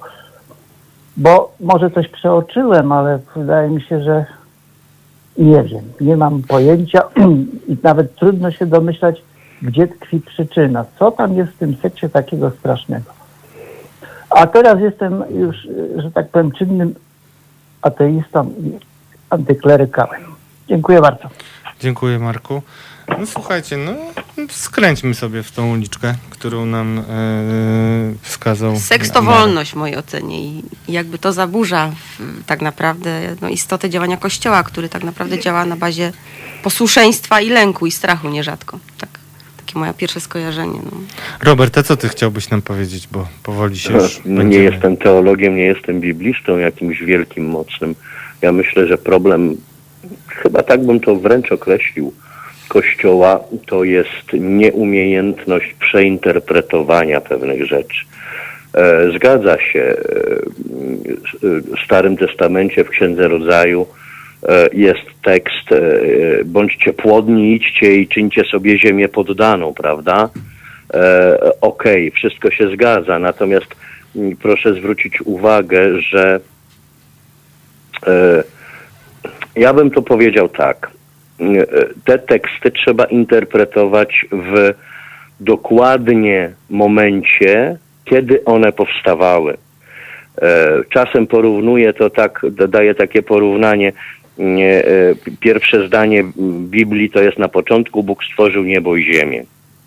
Bo może coś przeoczyłem, ale wydaje mi się, że nie wiem. Nie mam pojęcia i nawet trudno się domyślać, gdzie tkwi przyczyna. Co tam jest w tym seksie takiego strasznego? A teraz jestem już, że tak powiem, czynnym ateistą i antyklerykałem. Dziękuję bardzo. Dziękuję, Marku. No słuchajcie, no skręćmy sobie w tą uliczkę, którą nam e, wskazał. Seks to wolność w mojej ocenie i jakby to zaburza w, tak naprawdę no, istotę działania Kościoła, który tak naprawdę działa na bazie posłuszeństwa i lęku i strachu nierzadko. Tak, takie moje pierwsze skojarzenie. No. Robert, a co ty chciałbyś nam powiedzieć, bo powoli się już Nie będziemy... jestem teologiem, nie jestem biblistą jakimś wielkim, mocnym. Ja myślę, że problem, chyba tak bym to wręcz określił, Kościoła to jest nieumiejętność przeinterpretowania pewnych rzeczy. E, zgadza się, e, w Starym Testamencie, w Księdze Rodzaju e, jest tekst e, bądźcie płodni, idźcie i czyńcie sobie ziemię poddaną, prawda? E, Okej, okay, wszystko się zgadza, natomiast m, proszę zwrócić uwagę, że e, ja bym to powiedział tak. Te teksty trzeba interpretować w dokładnie momencie, kiedy one powstawały. Czasem porównuję to tak, daję takie porównanie. Pierwsze zdanie Biblii to jest: na początku Bóg stworzył niebo i ziemię.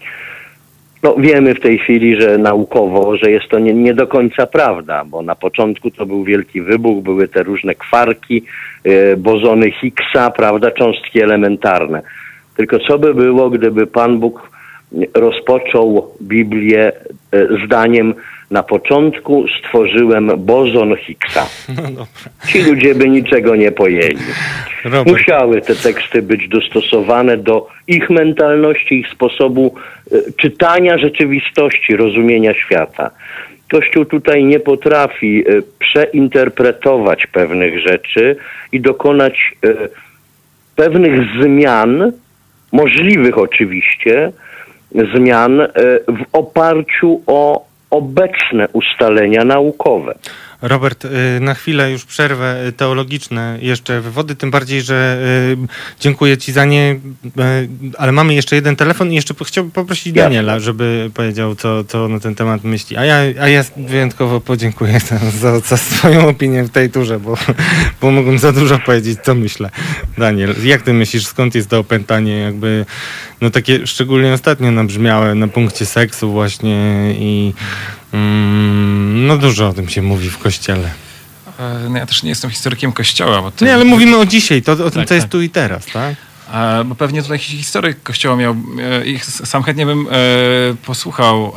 No wiemy w tej chwili, że naukowo, że jest to nie, nie do końca prawda, bo na początku to był wielki wybuch, były te różne kwarki, e, bozony Higgsa, prawda, cząstki elementarne. Tylko co by było, gdyby Pan Bóg rozpoczął Biblię e, zdaniem: na początku stworzyłem bozon Higgsa. No dobra. Ci ludzie by niczego nie pojęli. Robert. Musiały te teksty być dostosowane do ich mentalności, ich sposobu y, czytania rzeczywistości, rozumienia świata. Kościół tutaj nie potrafi y, przeinterpretować pewnych rzeczy i dokonać y, pewnych zmian, możliwych oczywiście, zmian y, w oparciu o obecne ustalenia naukowe. Robert, na chwilę już przerwę teologiczne jeszcze wywody, tym bardziej, że dziękuję ci za nie, ale mamy jeszcze jeden telefon i jeszcze chciałbym poprosić Daniela, żeby powiedział, co, co na ten temat myśli. A ja, a ja wyjątkowo podziękuję za, za, za swoją opinię w tej turze, bo, bo mogłem za dużo powiedzieć, co myślę. Daniel, jak ty myślisz, skąd jest to opętanie jakby, no takie szczególnie ostatnio nabrzmiałe na punkcie seksu właśnie i mm, no dużo o tym się mówi w Kościele. No ja też nie jestem historykiem Kościoła. Bo to... Nie, ale mówimy o dzisiaj, to, o tym, tak, co jest tak. tu i teraz, tak? E, bo pewnie tutaj historyk Kościoła miał, e, i sam chętnie bym e, posłuchał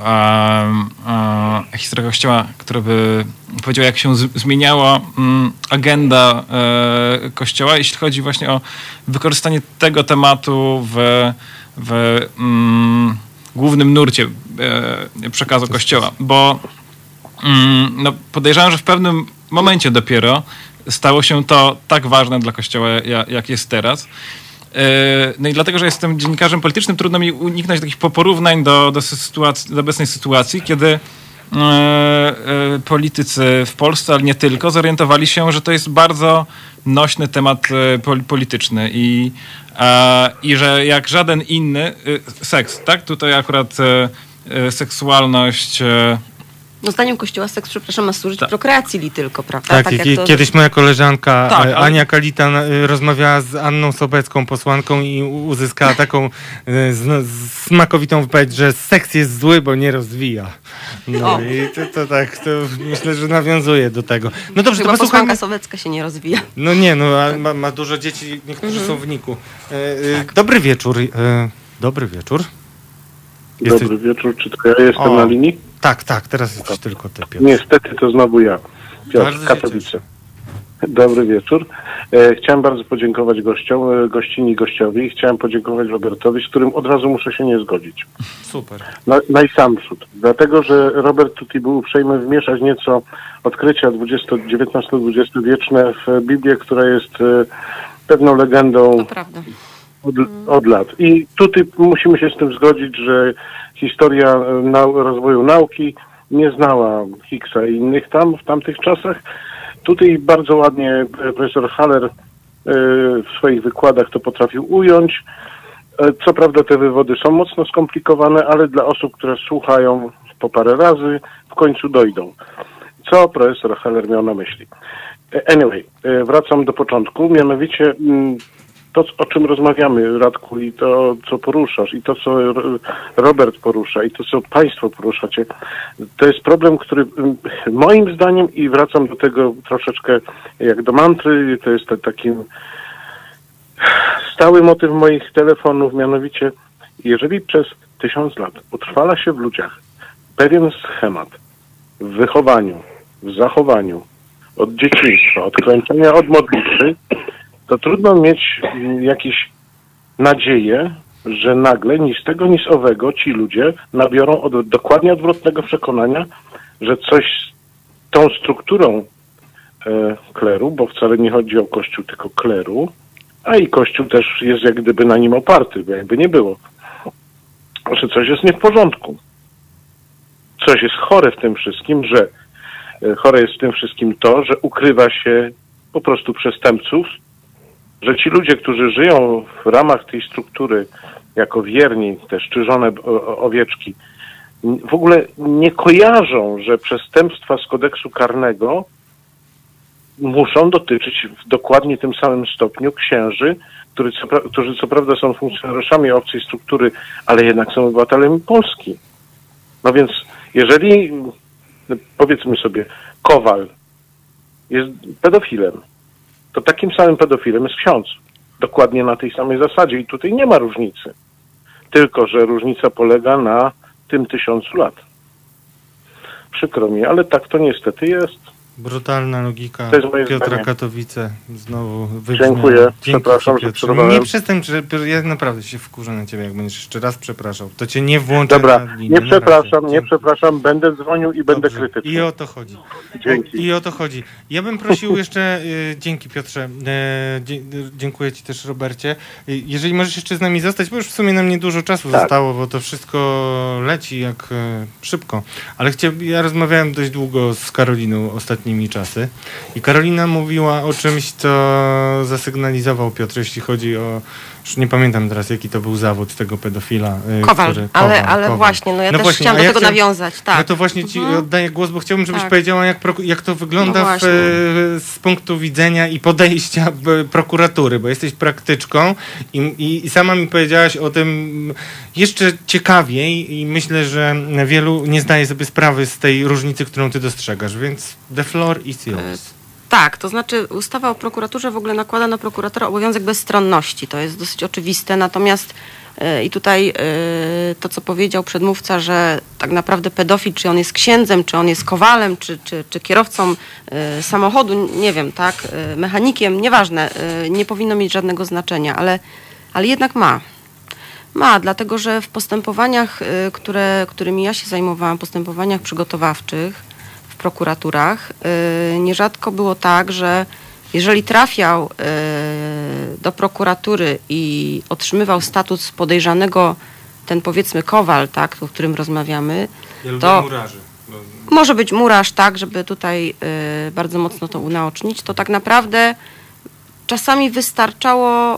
e, e, historyka Kościoła, który by powiedział, jak się z, zmieniała m, agenda e, Kościoła, jeśli chodzi właśnie o wykorzystanie tego tematu w, w m, głównym nurcie e, przekazu Kościoła. Bo m, no, podejrzewam, że w pewnym momencie dopiero stało się to tak ważne dla Kościoła, jak jest teraz. No i dlatego, że jestem dziennikarzem politycznym, trudno mi uniknąć takich porównań do, do, sytuacji, do obecnej sytuacji, kiedy e, e, politycy w Polsce, ale nie tylko, zorientowali się, że to jest bardzo nośny temat e, polityczny i, e, i że jak żaden inny, e, seks, tak? Tutaj akurat e, e, seksualność... E, No zdaniem Kościoła seks, przepraszam, ma służyć tak. prokreacji li tylko, prawda? Tak, tak jak jak to... kiedyś moja koleżanka Tak, ale... Ania Kalita rozmawiała z Anną Sobecką, posłanką, i uzyskała taką z, smakowitą wypowiedź, że seks jest zły, bo nie rozwija. No o. i to, to tak, to myślę, że nawiązuje do tego. No dobrze, Chyba to posłuchajmy. posłanka Sobecka się nie rozwija. No nie, no ma, ma dużo dzieci, niektórzy mhm. są w niku. E, e, tak. Dobry wieczór. E, dobry wieczór. Jesteś... Dobry wieczór, czy to ja jestem o. na linii? Tak, tak, teraz jesteś tylko ty, Piotr. Niestety to znowu ja, Piotr, Katowice. Dobry wieczór. E, chciałem bardzo podziękować gościom, gościni i gościowi. Chciałem podziękować Robertowi, z którym od razu muszę się nie zgodzić. Super. Na, najsamprzód. Dlatego, że Robert tutaj był uprzejmy wmieszać nieco odkrycia dziewiętnasto-dwudziestowieczne w Biblię, która jest e, pewną legendą. To prawda. Od, od lat. I tutaj musimy się z tym zgodzić, że historia nau- rozwoju nauki nie znała Higgsa i innych tam w tamtych czasach. Tutaj bardzo ładnie profesor Haller y, w swoich wykładach to potrafił ująć. Co prawda te wywody są mocno skomplikowane, ale dla osób, które słuchają po parę razy, w końcu dojdą. Co profesor Haller miał na myśli? Anyway, wracam do początku, mianowicie to, o czym rozmawiamy, Radku, i to, co poruszasz, i to, co Robert porusza, i to, co państwo poruszacie, to jest problem, który moim zdaniem, i wracam do tego troszeczkę jak do mantry, to jest taki stały motyw moich telefonów, mianowicie, jeżeli przez tysiąc lat utrwala się w ludziach pewien schemat w wychowaniu, w zachowaniu, od dzieciństwa, od klęczenia, od modlitwy, to trudno mieć jakieś nadzieję, że nagle ni z tego, ni z owego ci ludzie nabiorą od, dokładnie odwrotnego przekonania, że coś z tą strukturą e, kleru, bo wcale nie chodzi o Kościół, tylko kleru, a i Kościół też jest jak gdyby na nim oparty, bo jakby nie było, że coś jest nie w porządku. Coś jest chore w tym wszystkim, że e, chore jest w tym wszystkim to, że ukrywa się po prostu przestępców, że ci ludzie, którzy żyją w ramach tej struktury jako wierni, te szczyżone owieczki, w ogóle nie kojarzą, że przestępstwa z kodeksu karnego muszą dotyczyć w dokładnie tym samym stopniu księży, którzy co, którzy co prawda są funkcjonariuszami obcej struktury, ale jednak są obywatelami Polski. No więc jeżeli, powiedzmy sobie, Kowal jest pedofilem, to takim samym pedofilem jest ksiądz. Dokładnie na tej samej zasadzie. I tutaj nie ma różnicy. Tylko że różnica polega na tym tysiącu lat. Przykro mi, ale tak to niestety jest. Brutalna logika Piotra zdanie. Katowice. Znowu wybrzmiała. Dziękuję. Dzięki przepraszam, ci, że przerwałem. Nie przestań, ja naprawdę się wkurzę na ciebie, jak będziesz jeszcze raz przepraszał. To cię nie włączę Dobra, na linię. nie przepraszam, nie przepraszam, będę dzwonił i będę Dobrze. krytyczny. I o to chodzi. Dzięki. I o to chodzi. Ja bym prosił jeszcze, y, dzięki Piotrze, y, dzie, dziękuję ci też, Robercie. Y, jeżeli możesz jeszcze z nami zostać, bo już w sumie nam niedużo czasu Tak. zostało, bo to wszystko leci jak y, szybko. Ale chcia, ja rozmawiałem dość długo z Karoliną ostatnimi czasy i Karolina mówiła o czymś, co zasygnalizował Piotr, jeśli chodzi o, już nie pamiętam teraz, jaki to był zawód tego pedofila. Y, Kowal, który, ale, Kowal, ale Kowal. właśnie, no ja No też właśnie, chciałam a do ja tego chciałem- nawiązać. Tak. No to właśnie ci Mhm. oddaję głos, bo chciałbym, żebyś Tak. powiedziała, jak, pro, jak to wygląda No w, właśnie. z punktu widzenia i podejścia b, prokuratury, bo jesteś praktyczką i, i, i sama mi powiedziałaś o tym jeszcze ciekawiej i myślę, że wielu nie zdaje sobie sprawy z tej różnicy, którą ty dostrzegasz, więc the floor is yours. Tak, to znaczy ustawa o prokuraturze w ogóle nakłada na prokuratora obowiązek bezstronności. To jest dosyć oczywiste, natomiast yy, i tutaj yy, to, co powiedział przedmówca, że tak naprawdę pedofil, czy on jest księdzem, czy on jest kowalem, czy, czy, czy kierowcą yy, samochodu, nie wiem, tak, yy, mechanikiem, nieważne, yy, nie powinno mieć żadnego znaczenia, ale, ale jednak ma. Ma, dlatego że w postępowaniach, yy, które, którymi ja się zajmowałam, postępowaniach przygotowawczych, w prokuraturach nierzadko było tak, że jeżeli trafiał do prokuratury i otrzymywał status podejrzanego ten powiedzmy kowal, tak, o którym rozmawiamy, Ja to murarzy. może być murarz, tak, żeby tutaj bardzo mocno to unaocznić, to tak naprawdę czasami wystarczało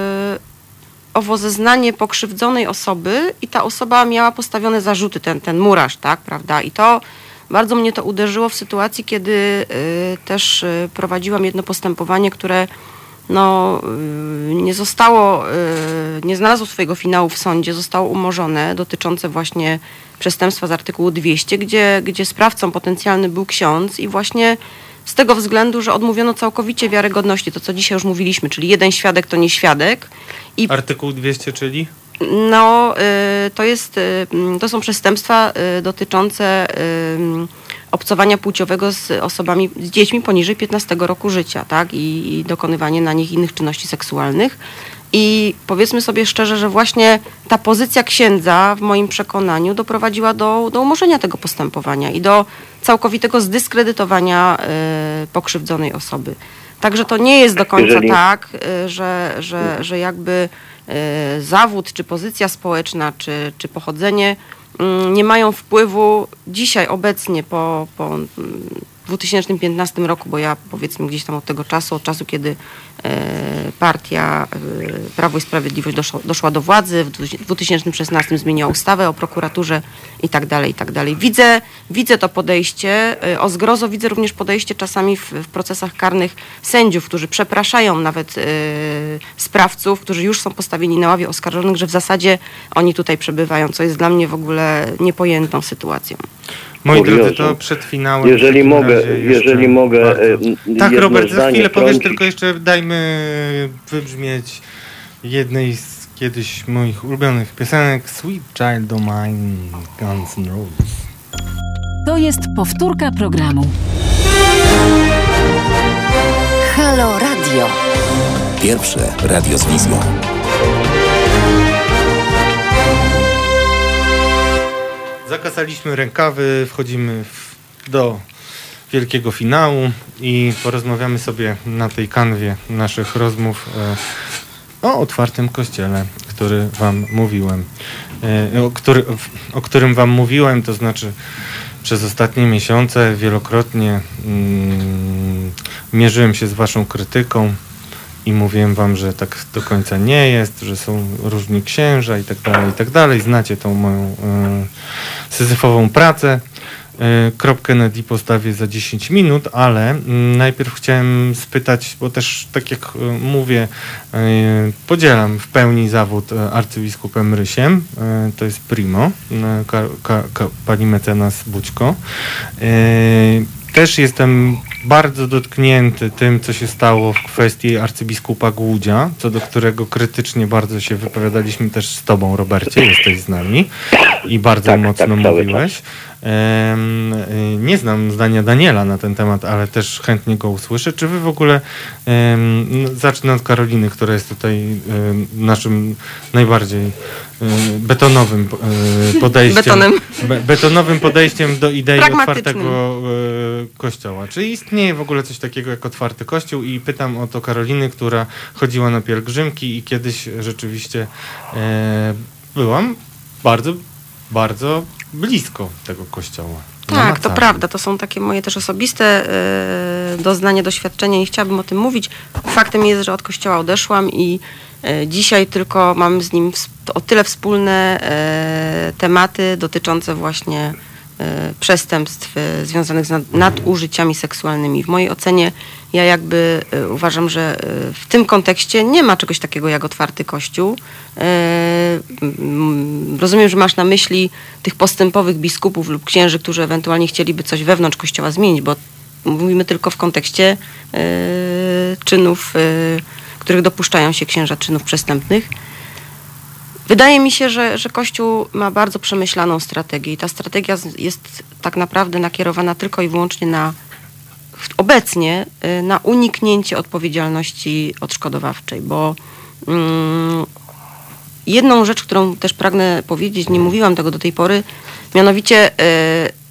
owo zeznanie pokrzywdzonej osoby i ta osoba miała postawione zarzuty, ten, ten murarz, tak, prawda? I to bardzo mnie to uderzyło w sytuacji, kiedy y, też y, prowadziłam jedno postępowanie, które no, y, nie zostało, y, nie znalazło swojego finału w sądzie, zostało umorzone, dotyczące właśnie przestępstwa z artykułu dwieście, gdzie, gdzie sprawcą potencjalny był ksiądz i właśnie z tego względu, że odmówiono całkowicie wiarygodności, to co dzisiaj już mówiliśmy, czyli jeden świadek to nie świadek. I Artykuł dwieście, czyli? no, y, to jest, y, to są przestępstwa y, dotyczące y, obcowania płciowego z osobami, z dziećmi poniżej piętnastego roku życia, tak, i, i dokonywanie na nich innych czynności seksualnych. I powiedzmy sobie szczerze, że właśnie ta pozycja księdza w moim przekonaniu doprowadziła do, do umorzenia tego postępowania i do całkowitego zdyskredytowania y, pokrzywdzonej osoby. Także to nie jest do końca Jeżeli... tak, y, że, że, że jakby y, zawód, czy pozycja społeczna, czy, czy pochodzenie y, nie mają wpływu dzisiaj, obecnie po, po dwa tysiące piętnastym roku, bo ja powiedzmy gdzieś tam od tego czasu, od czasu kiedy e, partia e, Prawo i Sprawiedliwość doszło, doszła do władzy, w dwa tysiące szesnastym zmieniła ustawę o prokuraturze i tak dalej, i tak dalej. Widzę, widzę to podejście, e, o zgrozo widzę również podejście czasami w, w procesach karnych sędziów, którzy przepraszają nawet e, sprawców, którzy już są postawieni na ławie oskarżonych, że w zasadzie oni tutaj przebywają, co jest dla mnie w ogóle niepojętą sytuacją. Moi Kuriozum. drodzy, to przed finałem. Jeżeli w takim mogę, razie jeszcze jeżeli mogę, bardzo- e, Tak, jedno Robert, za zdanie chwilę powiesz, wtrącić. tylko jeszcze dajmy wybrzmieć jednej z kiedyś moich ulubionych piosenek Sweet Child O' Mine, Guns N' Roses. To jest powtórka programu. Halo Radio. Pierwsze radio z wizją. Zakasaliśmy rękawy, wchodzimy w, do wielkiego finału i porozmawiamy sobie na tej kanwie naszych rozmów e, o otwartym kościele, który wam mówiłem, e, o, który, o którym wam mówiłem, to znaczy przez ostatnie miesiące wielokrotnie mm, mierzyłem się z waszą krytyką i mówiłem wam, że tak do końca nie jest, że są różni księża i tak dalej, i tak dalej. Znacie tą moją e, syzyfową pracę. E, kropkę nad i postawię za dziesięć minut, ale mm, najpierw chciałem spytać, bo też tak jak e, mówię, e, podzielam w pełni zawód e, arcybiskupem Rysiem. E, to jest primo, e, ka, ka, ka, pani mecenas Bućko. E, Też jestem bardzo dotknięty tym, co się stało w kwestii arcybiskupa Głódzia, co do którego krytycznie bardzo się wypowiadaliśmy też z tobą, Robercie, jesteś z nami i bardzo Tak, mocno tak, cały mówiłeś. Em, y, nie znam zdania Daniela na ten temat, ale też chętnie go usłyszę. Czy wy w ogóle, em, no, zacznę od Karoliny, która jest tutaj em, naszym najbardziej em, betonowym e, podejściem. Betonem. Be, betonowym podejściem do idei Pragmatycznym. otwartego e, kościoła. Czy istnieje w ogóle coś takiego jak otwarty kościół? I pytam o to Karoliny, która chodziła na pielgrzymki i kiedyś rzeczywiście e, byłam bardzo, bardzo blisko tego kościoła. Tak, to Namacalnie. prawda. To są takie moje też osobiste y, doznania, doświadczenia. Nie chciałabym o tym mówić. Faktem jest, że od kościoła odeszłam i y, dzisiaj tylko mam z nim ws- o tyle wspólne y, tematy dotyczące właśnie y, przestępstw y, związanych z nad, nadużyciami seksualnymi. W mojej ocenie ja jakby y, uważam, że y, w tym kontekście nie ma czegoś takiego jak otwarty kościół. Y, mm, rozumiem, że masz na myśli tych postępowych biskupów lub księży, którzy ewentualnie chcieliby coś wewnątrz kościoła zmienić, bo mówimy tylko w kontekście y, czynów, y, których dopuszczają się księża, czynów przestępnych. Wydaje mi się, że, że Kościół ma bardzo przemyślaną strategię i ta strategia z- jest tak naprawdę nakierowana tylko i wyłącznie na obecnie y, na uniknięcie odpowiedzialności odszkodowawczej, bo mm, jedną rzecz, którą też pragnę powiedzieć, nie mówiłam tego do tej pory, mianowicie y,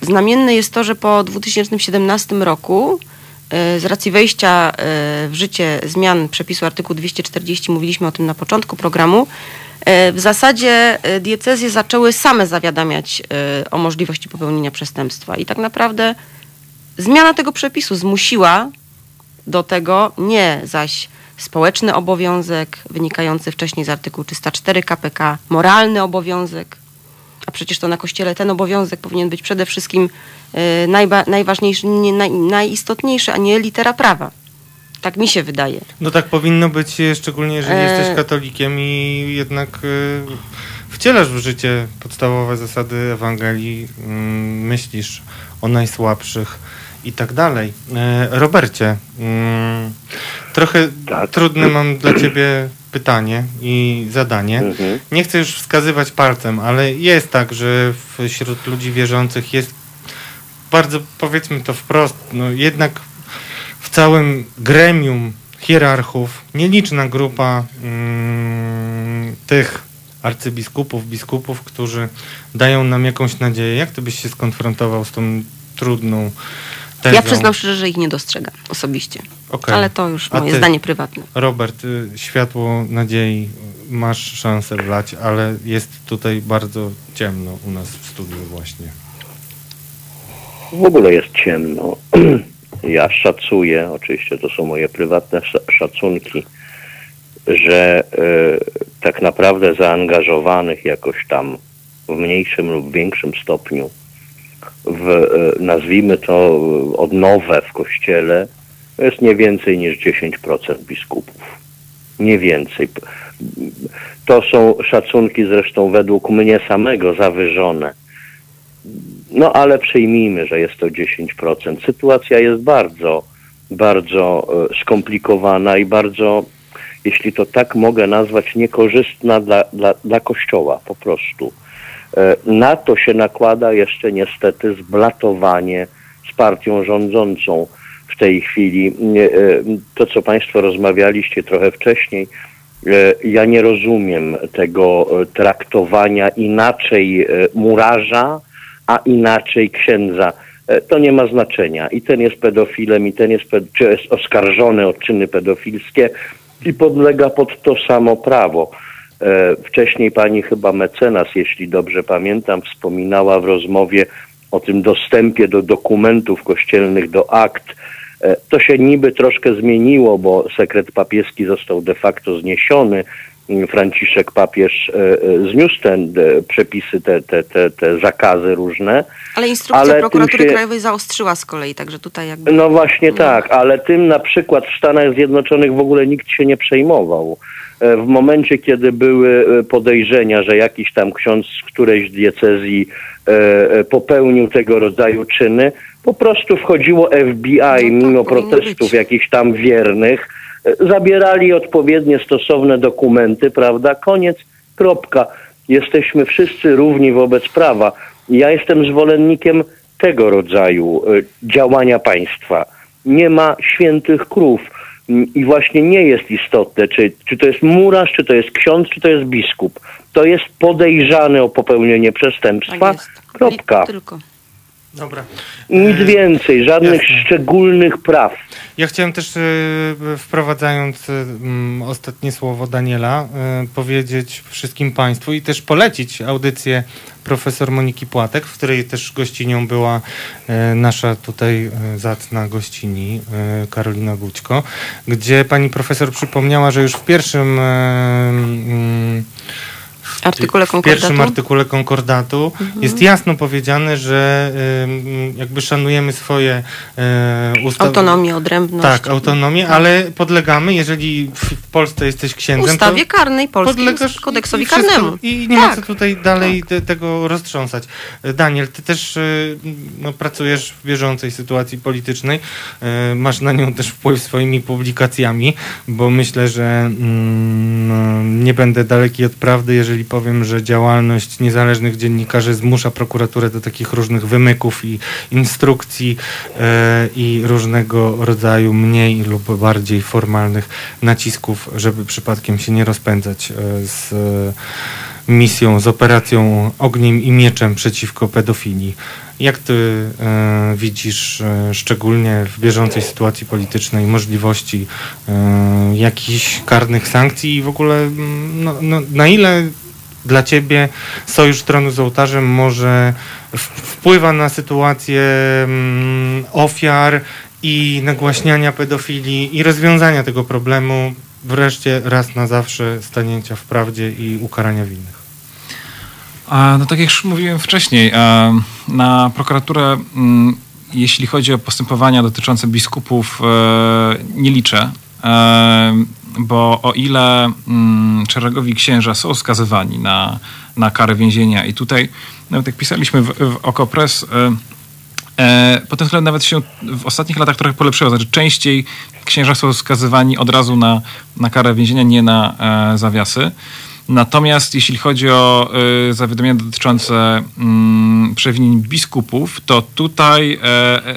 znamienne jest to, że po dwa tysiące siedemnastym roku z racji wejścia w życie zmian przepisu artykułu dwieście czterdzieści, mówiliśmy o tym na początku programu, w zasadzie diecezje zaczęły same zawiadamiać o możliwości popełnienia przestępstwa. I tak naprawdę zmiana tego przepisu zmusiła do tego nie zaś społeczny obowiązek wynikający wcześniej z artykułu trzysta cztery K P K, moralny obowiązek, a przecież to na Kościele ten obowiązek powinien być przede wszystkim y, najba, najważniejszy, nie, naj, najistotniejszy, a nie litera prawa. Tak mi się wydaje. No tak powinno być, szczególnie jeżeli E... jesteś katolikiem i jednak y, wcielasz w życie podstawowe zasady Ewangelii, y, myślisz o najsłabszych i tak dalej. E, Robercie, y, trochę tak. trudne mam dla ciebie pytanie i zadanie. Mhm. Nie chcę już wskazywać palcem, ale jest tak, że wśród ludzi wierzących jest bardzo, powiedzmy to wprost, no jednak w całym gremium hierarchów nieliczna grupa mm, tych arcybiskupów, biskupów, którzy dają nam jakąś nadzieję. Jak ty byś się skonfrontował z tą trudną tezą? Ja przyznam szczerze, że ich nie dostrzegam osobiście. Okay. Ale to już A moje ty, zdanie prywatne. Robert, y, światło nadziei masz szansę wlać, ale jest tutaj bardzo ciemno u nas w studiu właśnie. W ogóle jest ciemno. Ja szacuję, oczywiście to są moje prywatne szacunki, że y, tak naprawdę zaangażowanych jakoś tam w mniejszym lub większym stopniu w, y, nazwijmy to, odnowę w Kościele jest nie więcej niż dziesięć procent biskupów. Nie więcej. To są szacunki zresztą według mnie samego zawyżone. No ale przyjmijmy, że jest to dziesięć procent. Sytuacja jest bardzo, bardzo skomplikowana i bardzo, jeśli to tak mogę nazwać, niekorzystna dla, dla, dla Kościoła po prostu. Na to się nakłada jeszcze niestety zblatowanie z partią rządzącą w tej chwili. To, co Państwo rozmawialiście trochę wcześniej, ja nie rozumiem tego traktowania inaczej murarza, a inaczej księdza. To nie ma znaczenia. I ten jest pedofilem, i ten jest, ped- czy jest oskarżony o czyny pedofilskie i podlega pod to samo prawo. Wcześniej pani chyba mecenas, jeśli dobrze pamiętam, wspominała w rozmowie o tym dostępie do dokumentów kościelnych, do akt. To się niby troszkę zmieniło, bo sekret papieski został de facto zniesiony. Franciszek papież zniósł te przepisy, te, te, te, te zakazy różne. Ale instrukcja ale prokuratury się... krajowej zaostrzyła z kolei, także tutaj jakby... No właśnie no. tak, ale tym na przykład w Stanach Zjednoczonych w ogóle nikt się nie przejmował. W momencie, kiedy były podejrzenia, że jakiś tam ksiądz z którejś diecezji popełnił tego rodzaju czyny, po prostu wchodziło F B I, no tak, mimo protestów jakichś tam wiernych, zabierali odpowiednie stosowne dokumenty, prawda? Koniec, kropka. Jesteśmy wszyscy równi wobec prawa. Ja jestem zwolennikiem tego rodzaju działania państwa. Nie ma świętych krów i właśnie nie jest istotne, czy, czy to jest murarz, czy to jest ksiądz, czy to jest biskup. To jest podejrzany o popełnienie przestępstwa, tak kropka. Tylko. Dobra. Nic więcej, żadnych Jasne. szczególnych praw. Ja chciałem też, wprowadzając ostatnie słowo Daniela, powiedzieć wszystkim Państwu i też polecić audycję profesor Moniki Płatek, w której też gościnią była nasza tutaj zacna gościni Karolina Gućko, gdzie pani profesor przypomniała, że już w pierwszym Artykule w pierwszym artykule konkordatu mhm. jest jasno powiedziane, że y, jakby szanujemy swoje y, ustawy. Autonomię, odrębność. Tak, autonomię, ale podlegamy, jeżeli w Polsce jesteś księdzem, ustawie to karnej polskiej, kodeksowi i karnemu. I nie tak. ma co tutaj dalej tak. te, tego roztrząsać. Daniel, ty też y, no, pracujesz w bieżącej sytuacji politycznej. Y, masz na nią też wpływ swoimi publikacjami, bo myślę, że mm, no, nie będę daleki od prawdy, jeżeli powiem, że działalność niezależnych dziennikarzy zmusza prokuraturę do takich różnych wymyków i instrukcji e, i różnego rodzaju mniej lub bardziej formalnych nacisków, żeby przypadkiem się nie rozpędzać e, z misją, z operacją Ogniem i Mieczem przeciwko pedofilii. Jak ty e, widzisz e, szczególnie w bieżącej sytuacji politycznej możliwości e, jakichś karnych sankcji i w ogóle no, no, na ile dla ciebie Sojusz Tronu z Ołtarzem może w, wpływa na sytuację mm, ofiar i nagłaśniania pedofilii i rozwiązania tego problemu, wreszcie raz na zawsze stanięcia w prawdzie i ukarania winnych? A, no tak jak już mówiłem wcześniej, a, na prokuraturę, m, jeśli chodzi o postępowania dotyczące biskupów, e, nie liczę, e, bo o ile m, szeregowi księża są skazywani na, na karę więzienia i tutaj, nawet jak pisaliśmy w, w Okopres, e, e, pod tym względem nawet się w ostatnich latach trochę polepszyło, znaczy częściej księża są skazywani od razu na, na karę więzienia, nie na e, zawiasy. Natomiast jeśli chodzi o y, zawiadomienia dotyczące y, przewinień biskupów, to tutaj e,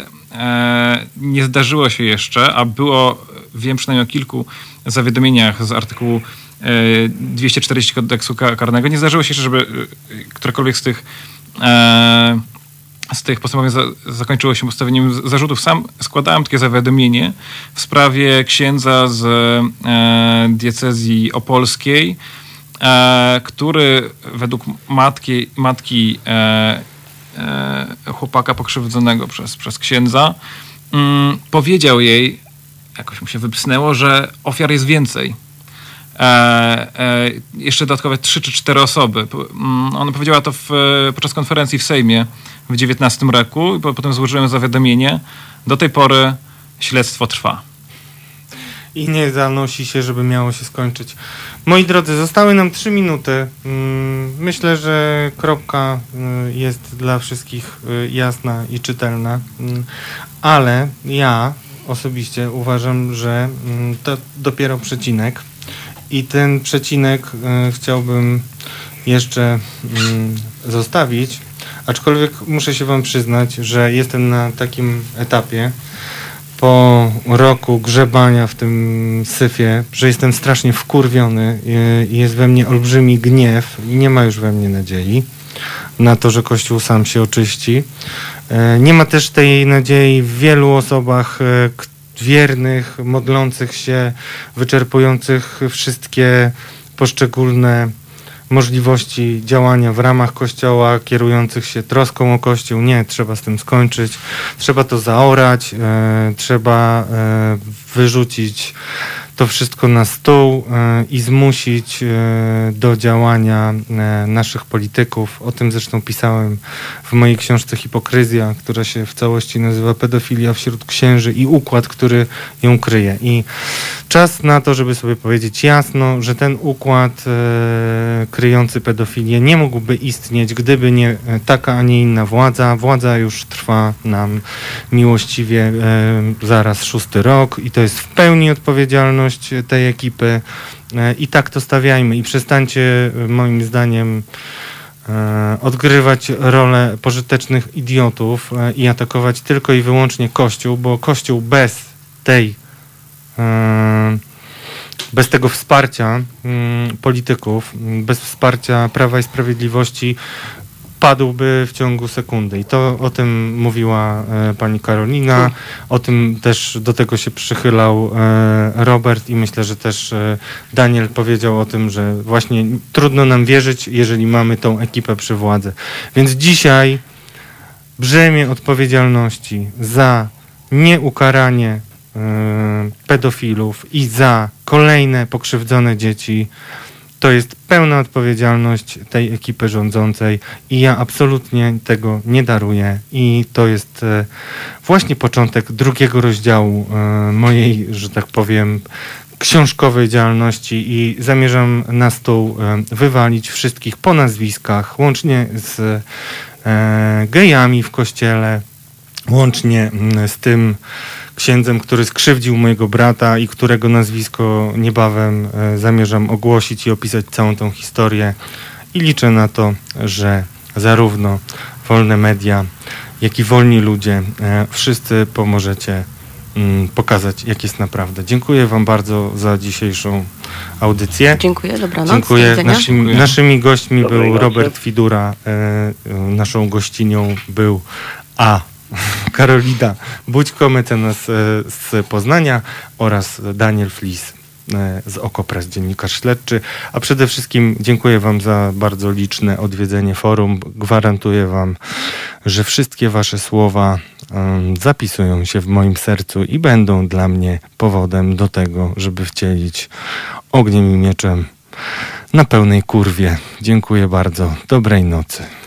e, nie zdarzyło się jeszcze, a było, wiem przynajmniej o kilku zawiadomieniach z artykułu e, dwieście czterdzieści kodeksu karnego, nie zdarzyło się jeszcze, żeby y, którekolwiek z tych e, z tych postępowań za, zakończyło się postawieniem zarzutów. Sam składałem takie zawiadomienie w sprawie księdza z e, diecezji opolskiej, E, który według matki, matki e, e, chłopaka pokrzywdzonego przez, przez księdza mm, powiedział jej, jakoś mu się wypsnęło, że ofiar jest więcej. E, e, jeszcze dodatkowe trzy czy cztery osoby. Mm, ona powiedziała to w, podczas konferencji w Sejmie w dziewiętnastym roku i po, potem złożyłem zawiadomienie. Do tej pory śledztwo trwa. I nie zanosi się, żeby miało się skończyć. Moi drodzy, zostały nam trzy minuty. Myślę, że kropka jest dla wszystkich jasna i czytelna, ale ja osobiście uważam, że to dopiero przecinek i ten przecinek chciałbym jeszcze zostawić, aczkolwiek muszę się wam przyznać, że jestem na takim etapie po roku grzebania w tym syfie, że jestem strasznie wkurwiony i jest we mnie olbrzymi gniew i nie ma już we mnie nadziei na to, że Kościół sam się oczyści. Nie ma też tej nadziei w wielu osobach wiernych, modlących się, wyczerpujących wszystkie poszczególne możliwości działania w ramach Kościoła, kierujących się troską o Kościół. Nie, trzeba z tym skończyć. Trzeba to zaorać, e, trzeba e, wyrzucić to wszystko na stół e, i zmusić e, do działania e, naszych polityków. O tym zresztą pisałem w mojej książce Hipokryzja, która się w całości nazywa Pedofilia wśród księży i układ, który ją kryje. I czas na to, żeby sobie powiedzieć jasno, że ten układ e, kryjący pedofilię nie mógłby istnieć, gdyby nie taka, a nie inna władza. Władza już trwa nam miłościwie e, zaraz szósty rok i to jest w pełni odpowiedzialność tej ekipy e, i tak to stawiajmy i przestańcie moim zdaniem e, odgrywać rolę pożytecznych idiotów e, i atakować tylko i wyłącznie Kościół, bo Kościół bez tej bez tego wsparcia polityków, bez wsparcia Prawa i Sprawiedliwości padłby w ciągu sekundy. I to o tym mówiła e, pani Karolina, o tym też do tego się przychylał e, Robert i myślę, że też e, Daniel powiedział o tym, że właśnie trudno nam wierzyć, jeżeli mamy tą ekipę przy władzy. Więc dzisiaj brzemię odpowiedzialności za nieukaranie pedofilów i za kolejne pokrzywdzone dzieci to jest pełna odpowiedzialność tej ekipy rządzącej i ja absolutnie tego nie daruję i to jest właśnie początek drugiego rozdziału mojej, że tak powiem, książkowej działalności i zamierzam na stół wywalić wszystkich po nazwiskach, łącznie z gejami w kościele, łącznie z tym księdzem, który skrzywdził mojego brata i którego nazwisko niebawem e, zamierzam ogłosić i opisać całą tą historię. I liczę na to, że zarówno wolne media, jak i wolni ludzie, e, wszyscy pomożecie mm, pokazać, jak jest naprawdę. Dziękuję wam bardzo za dzisiejszą audycję. Dziękuję, dobranoc. Dziękuję. Do Naszym, Dziękuję. naszymi gośćmi Dobrej był nocy. Robert Fidura, e, e, naszą gościnią był A. Karolina Bućko, mecenas e, z Poznania oraz Daniel Flis e, z Okopres, dziennikarz śledczy. A przede wszystkim dziękuję wam za bardzo liczne odwiedzenie forum. Gwarantuję wam, że wszystkie wasze słowa em, zapisują się w moim sercu i będą dla mnie powodem do tego, żeby wcielić ogniem i mieczem na pełnej kurwie. Dziękuję bardzo. Dobrej nocy.